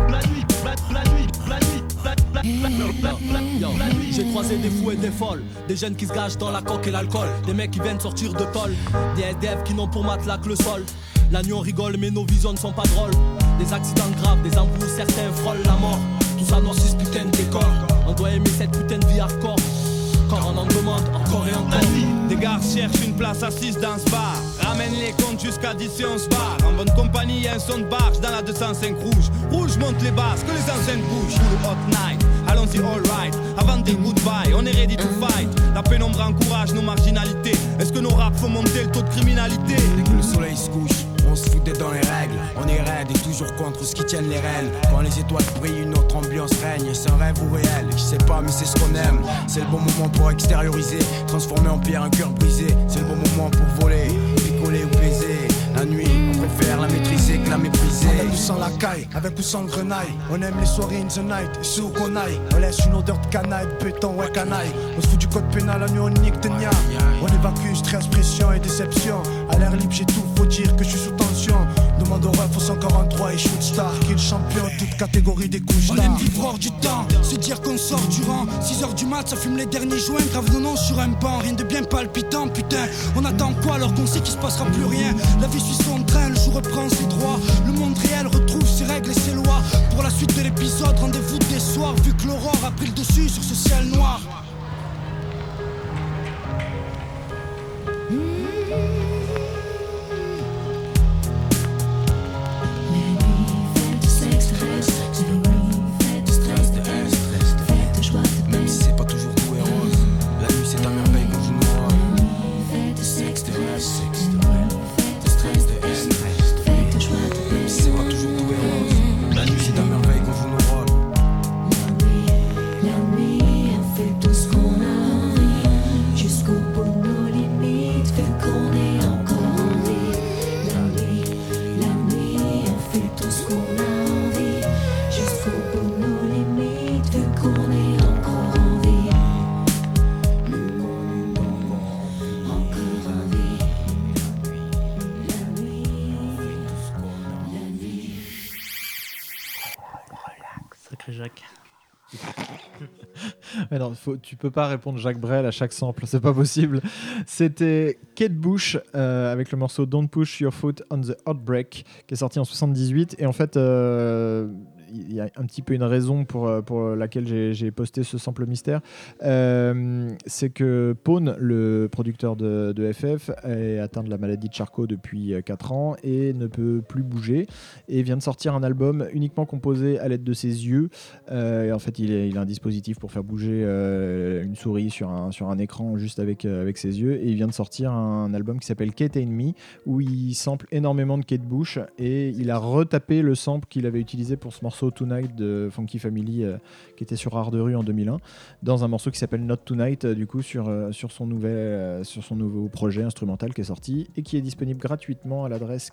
la nuit. J'ai croisé des fous et des folles, des jeunes qui se gâchent dans la coque et l'alcool, des mecs qui viennent sortir de tôle, des SDF qui n'ont pour matelas que le sol. La nuit on rigole mais nos visions ne sont pas drôles. Des accidents graves, des embrouilles, certains frôlent la mort. Tout ça noircit ce putain de décor. On doit aimer cette putain de vie hardcore. Quand on en demande encore et encore. Des gars cherchent une place assise dans ce bar. Ramène les comptes jusqu'à 10 et on se barre. En bonne compagnie, un son de barge dans la 205 rouge. Rouge monte les basses, que les enceintes bougent. Full hot night, allons-y alright. Avant des goodbye, on est ready to fight. La pénombre encourage nos marginalités. Est-ce que nos raps font monter le taux de criminalité? Dès que le soleil se couche, on se fout dans les règles. On est raide et toujours contre ce qui tiennent les rênes. Quand les étoiles brillent, une autre ambiance règne. C'est un rêve ou réel, je sais pas mais c'est ce qu'on aime. C'est le bon moment pour extérioriser, transformer en pierre un cœur brisé. C'est le bon moment pour voler, picoler ou baiser. La nuit, on préfère la maîtriser que la mépriser. Avec ou sans la caille, avec ou sans grenaille. On aime les soirées in the night, et c'est où qu'on aille. On laisse une odeur de canaille, de béton, ouais canaille. On se fout du code pénal, la nuit on nique de nia. On évacue stress, pression et déception. À l'air libre j'ai tout, faut dire que je suis sous tension. Demande au ref au 143 et shoot star. Qui est le champion, toute catégorie des couches On aime vivre hors du temps, se dire qu'on sort du rang. 6h du mat, ça fume les derniers joints. Grave nos noms sur un banc, rien de bien palpitant, putain. On attend quoi alors qu'on sait qu'il se passera plus rien? La vie suit son train, le jour reprend ses droits. Le monde réel retrouve ses règles et ses lois. Pour la suite de l'épisode, rendez-vous des soirs. Vu que l'aurore a pris le dessus sur ce ciel noir. Même si c'est pas toujours tout et rose, la nuit c'est ta merveille qu'on joue nos rôles. Sexe de reste, de stress, de haine. Même si c'est pas toujours tout et rose, la nuit c'est ta merveille qu'on joue nos rôles. La nuit, on fait tout ce qu'on a envie, jusqu'au bout de nos limites, vu qu'on est encore en vie. La nuit, on fait tout ce qu'on a envie, jusqu'au bout de nos limites, vu qu'on est encore en vie. Encore en vie. La nuit, on fait tout ce qu'on a envie. Sacré Jacques. Mais non, tu peux pas répondre Jacques Brel à chaque sample, c'est pas possible. C'était Kate Bush avec le morceau Don't Push Your Foot on the Heartbreak qui est sorti en 78 et en fait il y a un petit peu une raison pour laquelle j'ai posté ce sample mystère. C'est que Pone, le producteur de FF, est atteint de la maladie de Charcot depuis 4 ans et ne peut plus bouger et vient de sortir un album uniquement composé à l'aide de ses yeux. Et en fait, il a un dispositif pour faire bouger une souris sur un écran juste avec ses yeux. Et il vient de sortir un album qui s'appelle Kate and Me où il sample énormément de Kate Bush et il a retapé le sample qu'il avait utilisé pour ce morceau Tonight de Funky Family qui était sur Art de Rue en 2001 dans un morceau qui s'appelle Not Tonight du coup sur son nouveau projet instrumental qui est sorti et qui est disponible gratuitement à l'adresse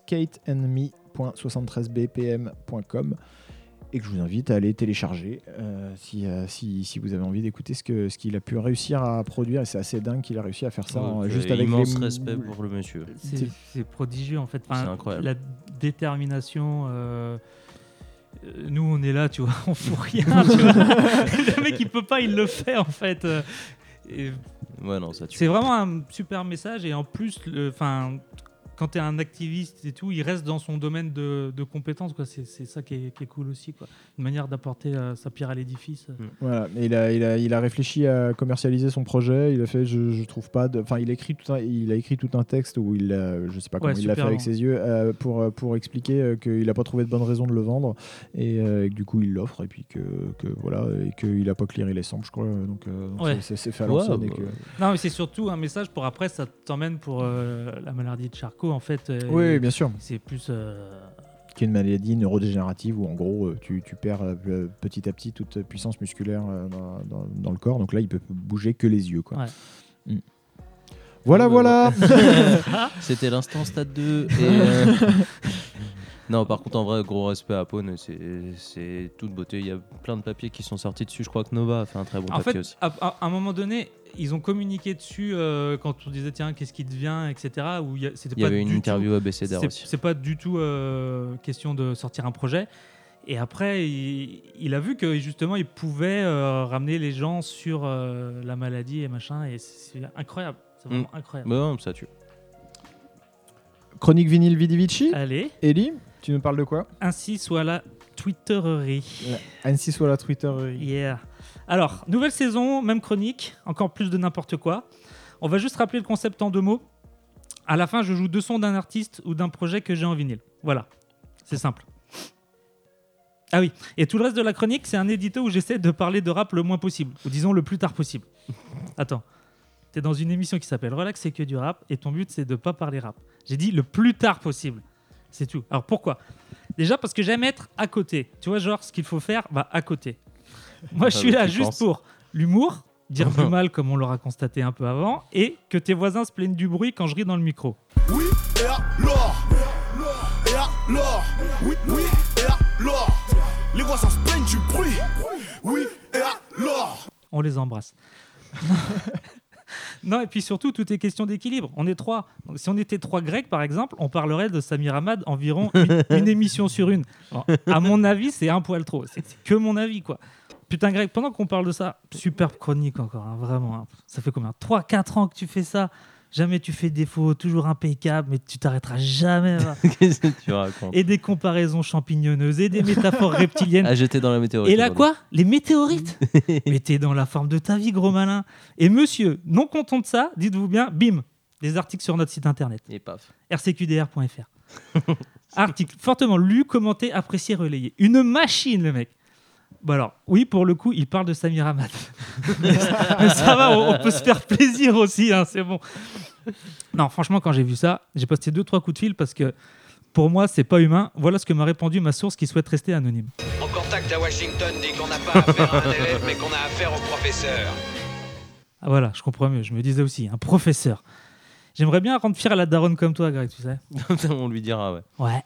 kateandme.73bpm.com et que je vous invite à aller télécharger si vous avez envie d'écouter ce qu'il a pu réussir à produire. Et c'est assez dingue qu'il a réussi à faire ça juste avec immense respect pour le monsieur. C'est prodigieux en fait. C'est incroyable. La détermination. Nous on est là, tu vois, on fout rien. Tu vois. Le mec il peut pas, il le fait en fait. Et ouais, non, ça tue. C'est vraiment un super message et en plus, quand tu es un activiste et tout, il reste dans son domaine de compétences, quoi. C'est ça qui est cool aussi, quoi. Une manière d'apporter sa pierre à l'édifice. Voilà, et il a réfléchi à commercialiser son projet. Il a fait, je trouve pas, enfin, il a écrit tout un texte où je sais pas comment il l'a fait avec ses yeux pour expliquer qu'il a pas trouvé de bonne raison de le vendre et que du coup il l'offre et puis que voilà et qu'il a pas clearé les samples, je crois. Donc c'est fait à l'ancienne. Non, mais c'est surtout un message pour après, ça t'emmène pour la maladie de Charcot en fait. Oui, bien sûr. C'est plus. Qui est une maladie neurodégénérative où en gros tu perds petit à petit toute puissance musculaire dans le corps. Donc là il peut bouger que les yeux, quoi. Ouais. Voilà. C'était l'instant stade 2 Non, par contre, en vrai, gros respect à Pone, c'est toute beauté. Il y a plein de papiers qui sont sortis dessus. Je crois que Nova a fait un très bon papier aussi. À un moment donné, ils ont communiqué dessus quand on disait tiens, qu'est-ce qui devient, etc. Où il y avait une interview à BCDR aussi. C'est pas du tout question de sortir un projet. Et après, il a vu que justement, il pouvait ramener les gens sur la maladie et machin. Et c'est incroyable. C'est vraiment incroyable. Bon, ça tue. Chronique vinyle Vidivici. Allez. Ellie, tu nous parles de quoi ? Ainsi soit la Twittererie. Ainsi soit la Twittererie. Yeah. Alors, nouvelle saison, même chronique, encore plus de n'importe quoi. On va juste rappeler le concept en 2 mots. À la fin, je joue 2 sons d'un artiste ou d'un projet que j'ai en vinyle. Voilà, c'est simple. Ah oui, et tout le reste de la chronique, c'est un édito où j'essaie de parler de rap le moins possible, ou disons le plus tard possible. Attends, t'es dans une émission qui s'appelle Relax, c'est que du rap, et ton but c'est de pas parler rap. J'ai dit le plus tard possible, c'est tout. Alors pourquoi ? Déjà parce que j'aime être à côté. Tu vois, genre ce qu'il faut faire, bah à côté. Moi je suis là juste pour l'humour, dire du mal comme on l'aura constaté un peu avant, et que tes voisins se plaignent du bruit quand je ris dans le micro. Oui, et alors ? Et alors ? Oui, et alors ? Les voisins se plaignent du bruit. Oui, et alors ? On les embrasse. Non, et puis surtout, tout est question d'équilibre. On est 3. Donc, si on était 3 Grecs, par exemple, on parlerait de Samir Hamad environ une émission sur une. Alors, à mon avis, c'est un poil trop. C'est que mon avis, quoi. Putain, Greg, pendant qu'on parle de ça, superbe chronique encore, hein, vraiment. Hein. Ça fait combien ? 3-4 ans que tu fais ça. Jamais tu fais défaut, toujours impeccable, mais tu t'arrêteras jamais. Qu'est-ce que tu racontes ? Et des comparaisons champignonneuses et des métaphores reptiliennes. Ah, j'étais dans la météorite. Et là, quoi ? Les météorites. Mais t'es dans la forme de ta vie, gros malin. Et monsieur, non content de ça, dites-vous bien, bim, des articles sur notre site internet. Et paf. rcqdr.fr. Article fortement lu, commenté, apprécié, relayé. Une machine, le mec. Bon alors, oui, pour le coup, il parle de Samir Hamad. mais ça va, on peut se faire plaisir aussi, hein, c'est bon. Non, franchement, quand j'ai vu ça, j'ai posté 2-3 coups de fil parce que pour moi, c'est pas humain. Voilà ce que m'a répondu ma source qui souhaite rester anonyme. Mon contact à Washington dit qu'on n'a pas affaire à un élève, mais qu'on a affaire au professeur. Ah voilà, je comprends mieux. Je me disais aussi, un professeur. J'aimerais bien rendre fier à la daronne comme toi, Greg, tu sais. On lui dira, ouais. Ouais.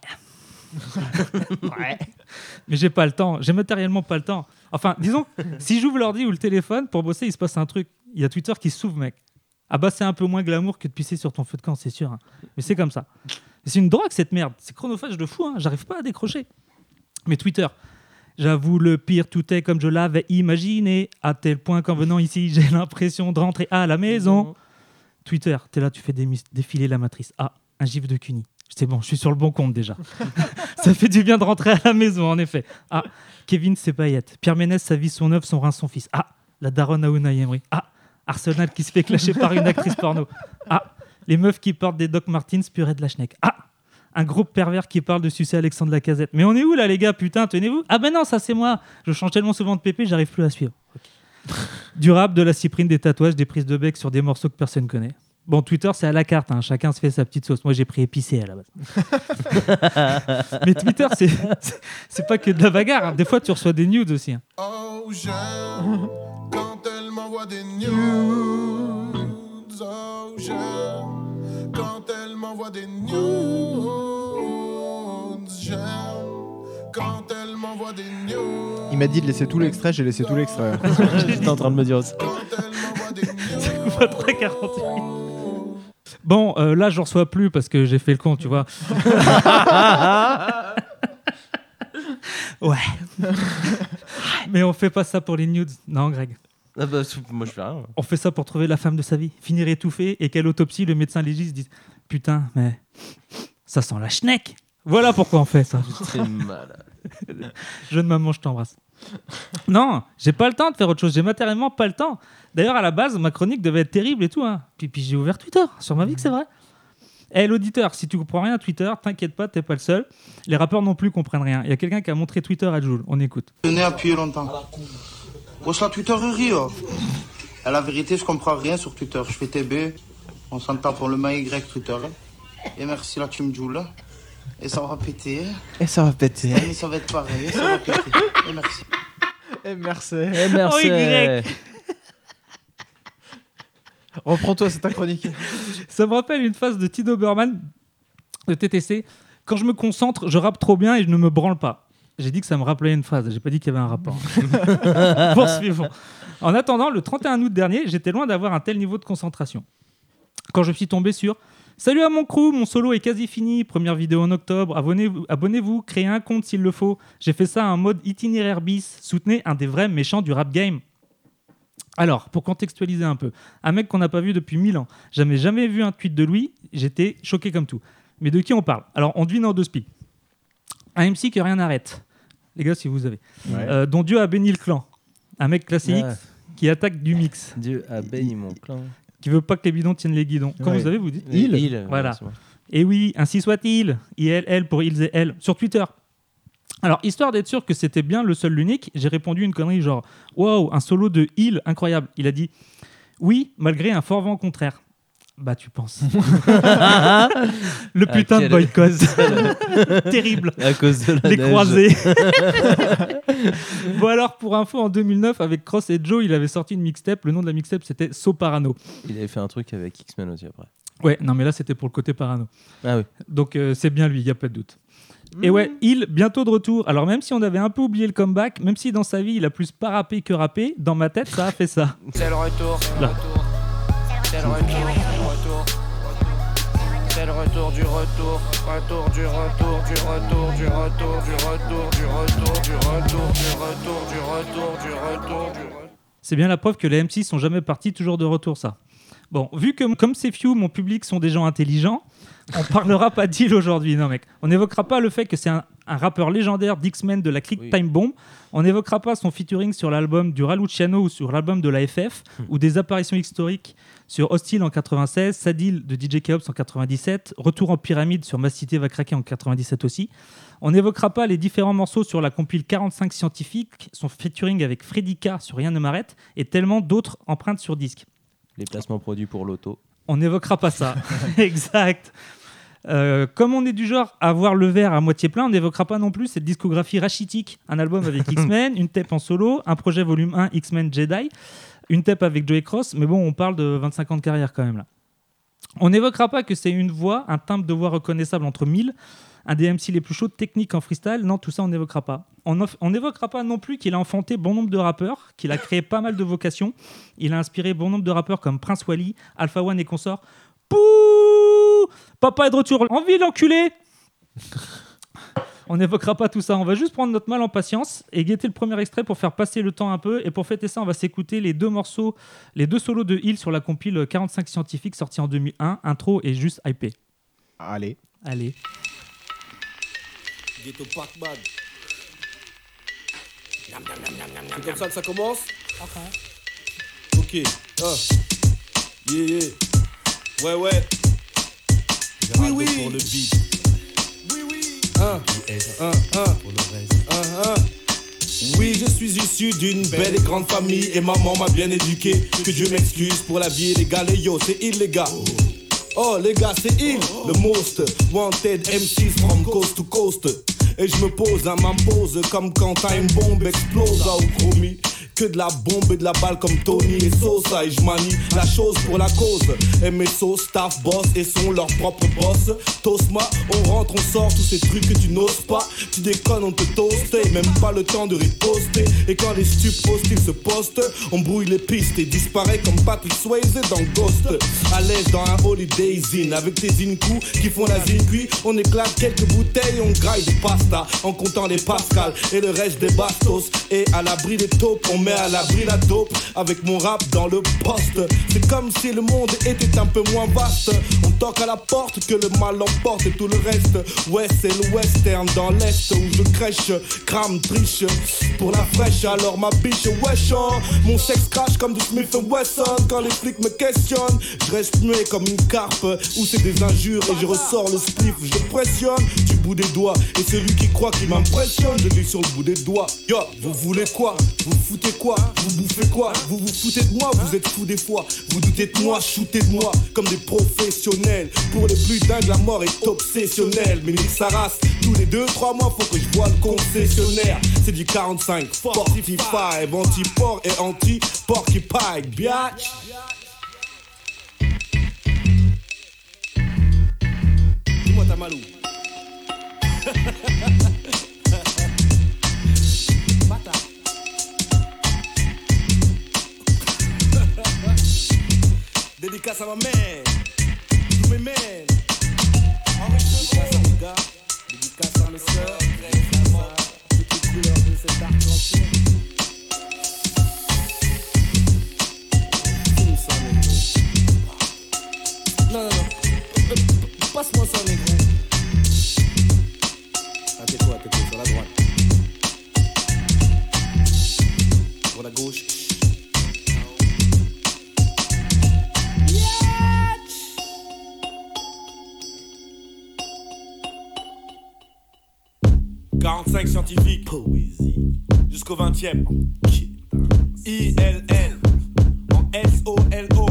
Ouais. Mais j'ai pas le temps. J'ai matériellement pas le temps. Enfin, disons, si j'ouvre l'ordi ou le téléphone pour bosser, il se passe un truc. Il y a Twitter qui s'ouvre, mec. Ah bah c'est un peu moins glamour que de pisser sur ton feu de camp, c'est sûr. Hein. Mais c'est comme ça. C'est une drogue cette merde. C'est chronophage de fou. Hein. J'arrive pas à décrocher. Mais Twitter, j'avoue le pire, tout est comme je l'avais imaginé. À tel point qu'en venant ici, j'ai l'impression de rentrer à la maison. Twitter, t'es là, tu fais défiler la matrice. Ah, un gif de Cuny. C'est bon, je suis sur le bon compte déjà. Ça fait du bien de rentrer à la maison, en effet. Ah, Kevin, c'est paillettes. Pierre Ménès, sa vie, son œuvre, son rein, son fils. Ah, la daronne à Unai Emery. Ah, Arsenal qui se fait clasher par une actrice porno. Ah, les meufs qui portent des Doc Martens purée de la schneck. Ah, un groupe pervers qui parle de sucer Alexandre Lacazette. Mais on est où là, les gars, putain, tenez-vous. Ah ben non, ça c'est moi. Je change tellement souvent de pépé, j'arrive plus à suivre. Okay. Du rap, de la cyprine, des tatouages, des prises de bec sur des morceaux que personne connaît. Bon, Twitter, c'est à la carte, hein. Chacun se fait sa petite sauce. Moi, j'ai pris épicé à la base. Mais Twitter, c'est pas que de la bagarre. Hein. Des fois, tu reçois des nudes aussi. Hein. Oh, j'aime quand elle m'envoie des nudes. Oh, j'aime quand elle m'envoie des nudes. J'aime quand elle m'envoie des nudes. Il m'a dit de laisser tout l'extrait, j'ai laissé tout l'extrait. J'étais en train de me dire ça. Ça coupe à 3,48. Bon, là, je reçois plus parce que j'ai fait le con, tu vois. Ouais. Mais on fait pas ça pour les nudes. Non, Greg. Ah bah, moi, je fais rien. On fait ça pour trouver la femme de sa vie. Finir étouffé et qu'à l'autopsie, le médecin légiste dise Putain, mais ça sent la schneck. Voilà pourquoi on fait ça. Très malade. Jeune maman, je t'embrasse. Non, j'ai pas le temps de faire autre chose. J'ai matériellement pas le temps. D'ailleurs, à la base, ma chronique devait être terrible et tout. Hein. Puis j'ai ouvert Twitter. Sur ma vie que c'est vrai. L'auditeur, si tu comprends rien à Twitter, t'inquiète pas, t'es pas le seul. Les rappeurs non plus comprennent rien. Il y a quelqu'un qui a montré Twitter à Jul. On écoute. Je n'ai appuyé longtemps. Wesh, la Twitter rio. À la vérité, je comprends rien sur Twitter. Je fais TB. On s'entend pour le main Y Twitter. Et merci la team Jul. Et ça va péter. Et ça va péter. Mais ça va être pareil. Et ça va péter. Et merci. Et merci. Et merci. Reprends-toi, c'est ta chronique. Ça me rappelle une phase de Tino Berman de TTC. Quand je me concentre, je rappe trop bien et je ne me branle pas. J'ai dit que ça me rappelait une phrase. J'ai pas dit qu'il y avait un rapport. Poursuivons. En attendant, le 31 août dernier, j'étais loin d'avoir un tel niveau de concentration. Quand je suis tombé sur « Salut à mon crew, mon solo est quasi fini. Première vidéo en octobre. Abonnez-vous, créez un compte s'il le faut. J'ai fait ça en mode itinéraire bis. Soutenez un des vrais méchants du rap game. » Alors, pour contextualiser un peu, un mec qu'on n'a pas vu depuis 1000 ans, jamais vu un tweet de lui, j'étais choqué comme tout. Mais de qui on parle? Alors, on devine en deux spies. Un MC que rien n'arrête. Les gars, si vous avez. Ouais. Dont Dieu a béni le clan. Un mec classique qui attaque du mix. Dieu a béni mon clan. Qui veut pas que les bidons tiennent les guidons. Comme vous avez, vous dites Il. Voilà. Et oui, ainsi soit-il. IL pour ils et elles. Sur Twitter. Alors, histoire d'être sûr que c'était bien le seul, l'unique, j'ai répondu une connerie genre « Wow, un solo de Il, incroyable !» Il a dit « Oui, malgré un fort vent contraire. » Bah, tu penses. Le putain de boycott. Terrible. À cause de la Les neige. croisés. Bon alors, pour info, en 2009, avec Cross et Joe, il avait sorti une mixtape. Le nom de la mixtape, c'était So Parano. Il avait fait un truc avec X-Men aussi après. Ouais, non mais là, c'était pour le côté parano. Ah oui. Donc, c'est bien lui, il n'y a pas de doute. Et ouais, il, bientôt de retour. Alors même si on avait un peu oublié le comeback, même si dans sa vie, il a plus pas rappé que rappé, dans ma tête, ça a fait ça. C'est le retour. Là. C'est le retour. C'est le retour du retour. Retour du retour, du retour, du retour, du retour, du retour, du retour, du retour, du retour, du retour, du retour. C'est bien la preuve que les MC sont jamais partis toujours de retour, ça. Bon, vu que comme c'est few, mon public sont des gens intelligents, on parlera pas d'Il aujourd'hui. Non mec, on n'évoquera pas le fait que c'est un rappeur légendaire d'X-Men de la clique Time Bomb. On n'évoquera pas son featuring sur l'album du Raluciano ou sur l'album de la FF, ou des apparitions historiques sur Hostile en 96, Sadil de DJ Keops en 97, Retour en pyramide sur Ma Cité va craquer en 97 aussi. On n'évoquera pas les différents morceaux sur la compile 45 scientifiques, son featuring avec Freddy K sur Rien ne m'arrête, et tellement d'autres empreintes sur disque. Les placements produits pour l'auto. On n'évoquera pas ça. Exact. Comme on est du genre à voir le verre à moitié plein, on n'évoquera pas non plus cette discographie rachitique. Un album avec X-Men, une tape en solo, un projet volume 1 X-Men Jedi, une tape avec Joey Cross, mais bon, on parle de 25 ans de carrière quand même là. On n'évoquera pas que c'est une voix, un timbre de voix reconnaissable entre 1000, un des MC les plus chauds techniques en freestyle. Non, tout ça, on n'évoquera pas. On n'évoquera pas non plus qu'il a enfanté bon nombre de rappeurs, qu'il a créé pas mal de vocations. Il a inspiré bon nombre de rappeurs comme Prince Wally, Alpha One et consorts. Pouh, papa est de retour en ville, enculé. On n'évoquera pas tout ça. On va juste prendre notre mal en patience et guetter le premier extrait pour faire passer le temps un peu. Et pour fêter ça, on va s'écouter les deux solos de Hill sur la compile 45 scientifiques sortie en 2001. Intro et juste hypé. Allez. Ghetto Pac-Man. C'est comme ça que ça commence? Ok. Yeah. Ouais. Oui. Pour le beat. Oui. Pour le reste. Oui, je suis issu d'une belle et grande famille et maman m'a bien éduqué. Que Dieu m'excuse pour la vie illégale. Et yo, c'est illégal. Oh les gars, c'est il, le most wanted MCs from coast to coast. Et je me pose, m'impose comme quand Time Bomb explose. Ah, ou chromie, que de la bombe et de la balle comme Tony et Sosa. Et je manie la chose pour la cause. MSO, staff, boss et sont leurs propres boss. Tosma, on rentre, on sort tous ces trucs que tu n'oses pas. Tu déconnes, on te toast et même pas le temps de riposter. Et quand les stupes hostiles se postent, on brouille les pistes et disparaît comme Patrick Swayze dans Ghost. À l'aise dans un holiday zine avec tes in-coups qui font la zine. Puis on éclate quelques bouteilles, on graille des pastas en comptant les pascals et le reste des bastos. Et à l'abri des taupes, on met à l'abri la dope avec mon rap dans le poste. C'est comme si le monde était un peu moins vaste. On toque à la porte que le mal l'emporte et tout le reste. Ouais, c'est le western dans l'est où je crèche, crame, triche pour la fraîche. Alors ma biche, wesh, mon sexe crache comme du Smith & Wesson. Quand les flics me questionnent, je reste muet comme une carpe où c'est des injures et je ressors le spliff. Je pressionne du bout des doigts et celui qui croit qu'il m'impressionne, je vis sur le bout des doigts. Yo, vous voulez quoi? Vous foutez quoi? Vous bouffez quoi? Vous vous foutez de moi? Vous êtes fous des fois. Vous doutez de moi, shootez de moi comme des professionnels. Pour les plus dingues, la mort est obsessionnelle. Mais nique sa race, tous les 2-3 mois, faut que je voie le concessionnaire. C'est du 45, 45, anti-porc et anti-porcupine, biatch. Dis-moi ta malou. Dédicace à ma mère, tous mes mères. Dédicace à mes gars, dédicace à mes sœurs. Dédicace à toutes les couleurs de cet arc-en-ciel. Non, passe-moi ça, négro. Ah, tais-toi, sur la droite. Sur la gauche. « 45 scientifiques, poésie, jusqu'au 20e. ILL, en SOLO.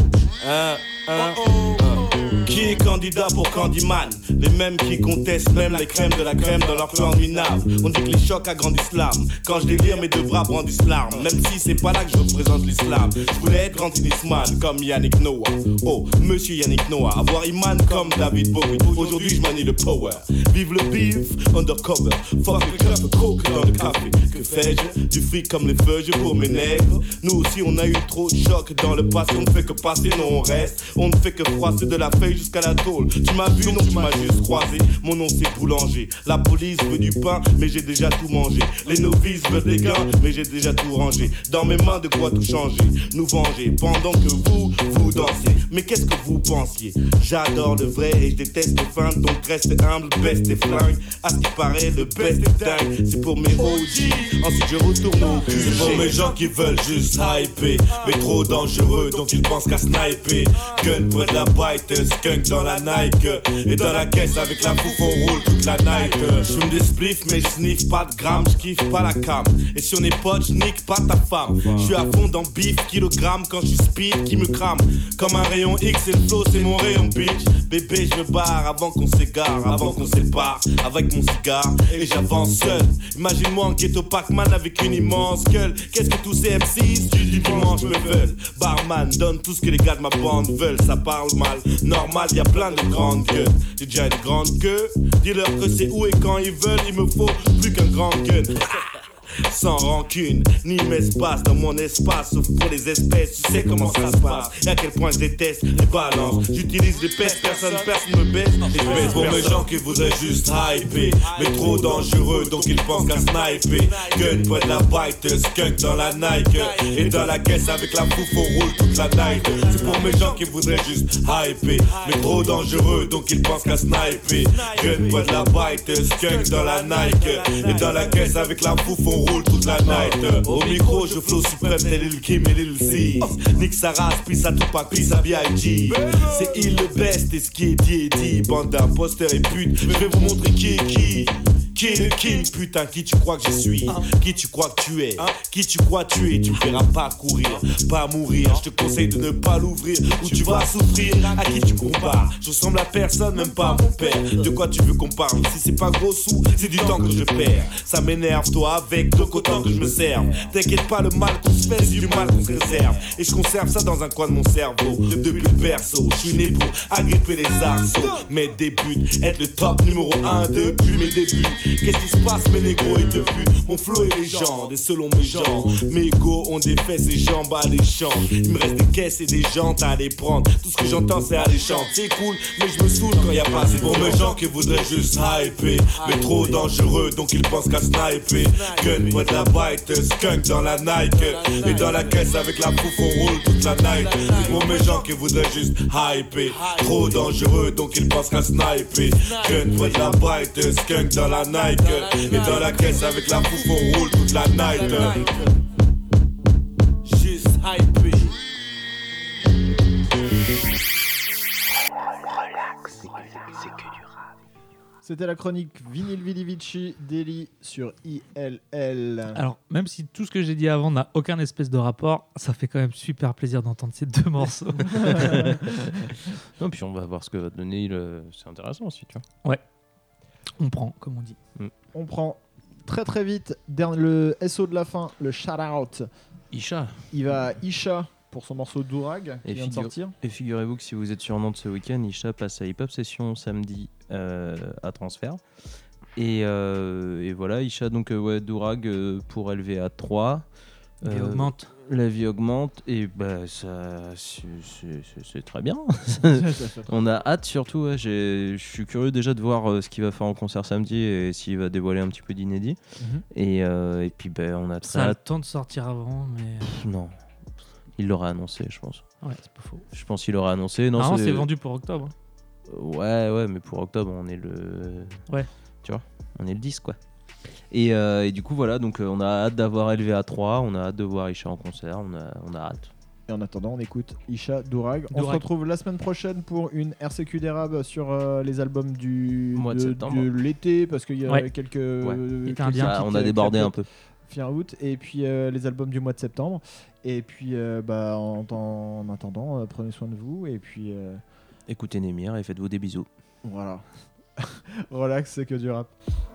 Qui est candidat pour Candyman? Les mêmes qui contestent même la crème de la crème dans leur plan minable. On dit que les chocs agrandissent l'âme. Quand je délire, mes deux bras brandissent l'arme. Même si c'est pas là que je représente l'islam. Je voulais être grand tennisman comme Yannick Noah. Oh, monsieur Yannick Noah. Avoir Iman comme David Bowie. Aujourd'hui, je manie le power. Vive le beef, undercover. Fuck le club, coke dans le café. Que fais-je? Du fric comme les feux, je pour mes nègres. Nous aussi, on a eu trop de chocs dans le passé. On ne fait que passer, non, on reste. On ne fait que froisser de la feuille jusqu'à la tôle. Tu m'as vu, non, tu m'as juste croisé. Mon nom c'est boulanger. La police veut du pain, mais j'ai déjà tout mangé. Les novices veulent des gains, mais j'ai déjà tout rangé. Dans mes mains, de quoi tout changer, nous venger. Pendant que vous dansez. Mais qu'est-ce que vous pensiez? J'adore le vrai et je déteste les feintes. Donc reste humble, baisse tes flingues. À ce qui paraît, le best est dingue. C'est pour mes OG. Ensuite je retourne au cul. C'est pour mes gens qui veulent juste hyper. Mais trop dangereux, donc ils pensent qu'à sniper. Gun près de la bite, skunk dans la Nike. Et dans la caisse avec la bouffe on roule toute la night. Je fume des spliffs mais je sniffe pas de grammes. Je kiffe pas la cam. Et si on est potes, je nique pas ta femme. Je suis à fond dans bif, kilogramme. Quand je speed qui me crame. Comme un rayon X et le flow c'est mon rayon bitch. Bébé je me barre avant qu'on s'égare. Avant qu'on sépare avec mon cigare. Et j'avance seul. Imagine-moi en ghetto Pac-Man avec une immense gueule. Qu'est-ce que tous ces MCs du dimanche me veulent? Barman donne tout ce que les gars de ma bande veulent. Ça parle mal, normal, y a plein de grandes gueules. J'ai déjà une grande queue. Dis-leur que c'est où et quand ils veulent. Il me faut plus qu'un grand gun. Sans rancune, ni m'espace dans mon espace. Sauf pour les espèces, tu sais comment ça se passe. Et à quel point je déteste les balances. J'utilise les pestes, personne me baisse. Et je baisse pour mes gens qui voudraient juste hyper. Mais trop dangereux, donc ils pensent qu'à sniper. Gun, poids de la bite, skunk dans la Nike. Et dans la caisse avec la bouffe on roule toute la night. C'est pour mes gens qui voudraient juste hyper. Mais trop dangereux, donc ils pensent qu'à sniper. Gun, poids de la bite, skunk dans la Nike. Et dans la caisse avec la bouffe on roule toute la night. Au micro je flow suprême tel Lil Kim et Lil C. Nick sa race, puis sa Tupac, puis sa B.I.G. C'est il le best et ce qui est dit est dit. Bande d'imposteurs et putes, je vais vous montrer qui est qui. Qui est le king, putain, qui tu crois que je suis? Qui tu crois que tu es? Qui tu crois tuer? Tu me verras pas courir, pas mourir. Je te conseille de ne pas l'ouvrir ou tu vas souffrir. À qui tu compares? Je ressemble à personne, même pas à mon père. De quoi tu veux qu'on parle? Si c'est pas gros sous, c'est du temps que je perds. Ça m'énerve, toi avec, donc autant que je me serve. T'inquiète pas, le mal qu'on se fait, c'est du mal qu'on se réserve. Et je conserve ça dans un coin de mon cerveau. Depuis le berceau, je suis né pour agripper les arceaux. Mettre des buts, être le top numéro 1 depuis mes débuts. Qu'est-ce qui se passe mes négros et depuis mon flow est légende et selon mes genres mes égos ont des fesses et jambes alléchantes. Il me reste des caisses et des jantes à aller prendre. Tout ce que j'entends c'est alléchant. C'est cool mais je me saoule quand y a pas assez. Pour mes gens qui voudraient juste hyper, mais trop dangereux donc ils pensent qu'à sniper. Gun, moi de la bite, skunk dans la Nike. Et dans la caisse avec la pouffe on roule toute la night. C'est pour mes gens qui voudraient juste hyper, trop dangereux donc ils pensent qu'à sniper. Gun, moi de la bite, skunk dans la Nike. Et dans la caisse avec la pouffe on roule toute la night. Juste hyper. C'était la chronique Vinyl Vili Vici Daily sur ILL. Alors, même si tout ce que j'ai dit avant n'a aucun espèce de rapport, ça fait quand même super plaisir d'entendre ces deux morceaux. Non, puis on va voir ce que va donner. C'est intéressant aussi, tu vois. Ouais. On prend, comme on dit. On prend très très vite le SO de la fin, le shout-out. Isha. Il va Isha pour son morceau Dourag qui vient de sortir. Et figurez-vous que si vous êtes sur Nantes ce week-end, Isha passe à Hip Hop Session samedi à Transfert. Et voilà, Isha, donc Dourag pour LVA 3. Et augmente. La vie augmente et bah ça c'est très bien. On a hâte surtout. Ouais, je suis curieux déjà de voir ce qu'il va faire en concert samedi et s'il va dévoiler un petit peu d'inédit. Et puis on a très ça a le hâte. temps de sortir avant, mais Non, il l'aurait annoncé, je pense. Ouais, c'est pas faux. Je pense qu'il l'aurait annoncé. Non, c'est vendu pour octobre. Ouais, mais pour octobre on est le. Ouais. Tu vois, on est le 10 quoi. Et du coup voilà, donc on a hâte d'avoir LVA 3, on a hâte de voir Isha en concert, on a hâte. Et en attendant, on écoute Isha Dourag. On se retrouve la semaine prochaine pour une RCQ d'Érable sur les albums de l'été, parce qu'il y a quelques on a débordé un peu. Fin août, et puis les albums du mois de septembre. Et puis en attendant, prenez soin de vous, et puis écoutez Némir et faites-vous des bisous. Voilà. Relax, c'est que du rap.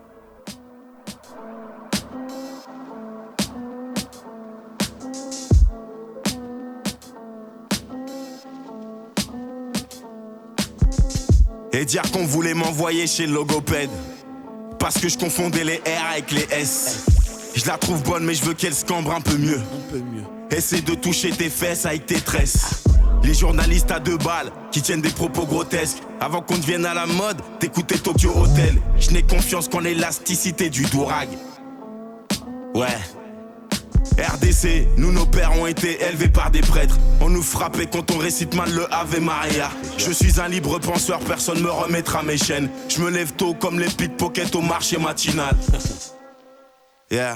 Et dire qu'on voulait m'envoyer chez le logopède parce que je confondais les R avec les S. Je la trouve bonne mais je veux qu'elle se cambre un peu mieux. Essaie de toucher tes fesses avec tes tresses. Les journalistes à 2 balles qui tiennent des propos grotesques. Avant qu'on devienne à la mode, t'écoutais Tokyo Hotel. Je n'ai confiance qu'en l'élasticité du Dourag. Ouais. RDC, nous nos pères ont été élevés par des prêtres. On nous frappait quand on récite mal le Ave Maria. Je suis un libre penseur, personne me remettra mes chaînes. Je me lève tôt comme les pickpockets au marché matinal. Yeah.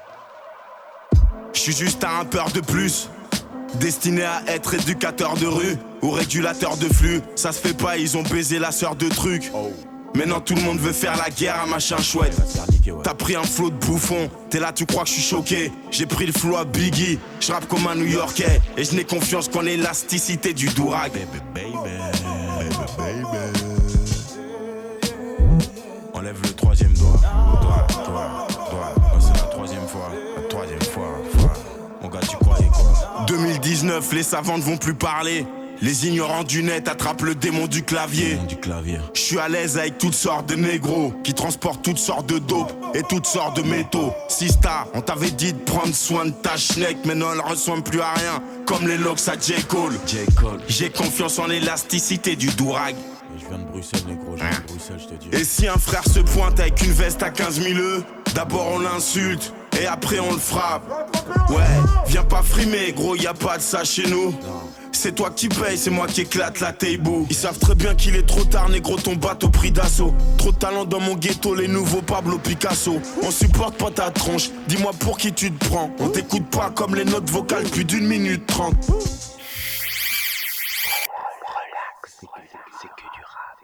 Je suis juste un rappeur de plus, destiné à être éducateur de rue ou régulateur de flux. Ça se fait pas, ils ont baisé la sœur de trucs. Maintenant tout le monde veut faire la guerre à machin chouette. T'as pris un flow de bouffon, t'es là tu crois que je suis choqué. J'ai pris le flow à Biggie, je rappe comme un New-Yorkais. Et je n'ai confiance qu'en l'élasticité du Dourag. On lève le 3e doigt. Oh, c'est la 3e fois. La 3e fois. Mon gars tu croyais quoi? 2019, les savants ne vont plus parler. Les ignorants du net attrapent le démon du clavier. Je suis à l'aise avec toutes sortes de négros qui transportent toutes sortes de dope et toutes sortes de métaux. Sista, on t'avait dit de prendre soin de ta schneck, mais non, elle ressemble plus à rien, comme les locks à J. Cole. J'ai confiance en l'élasticité du Dourag. Je viens de Bruxelles, négro, je viens de Bruxelles, je te dis. Et si un frère se pointe avec une veste à 15 000 €, d'abord on l'insulte et après on le frappe. Ouais, viens pas frimer, gros, y a pas de ça chez nous. C'est toi qui paye, c'est moi qui éclate la table. Ils savent très bien qu'il est trop tard, négro, ton bateau pris d'assaut. Trop de talent dans mon ghetto, les nouveaux Pablo Picasso. On supporte pas ta tronche, dis-moi pour qui tu te prends. On t'écoute pas comme les notes vocales plus d'1 minute 30. Relax, c'est que du rap.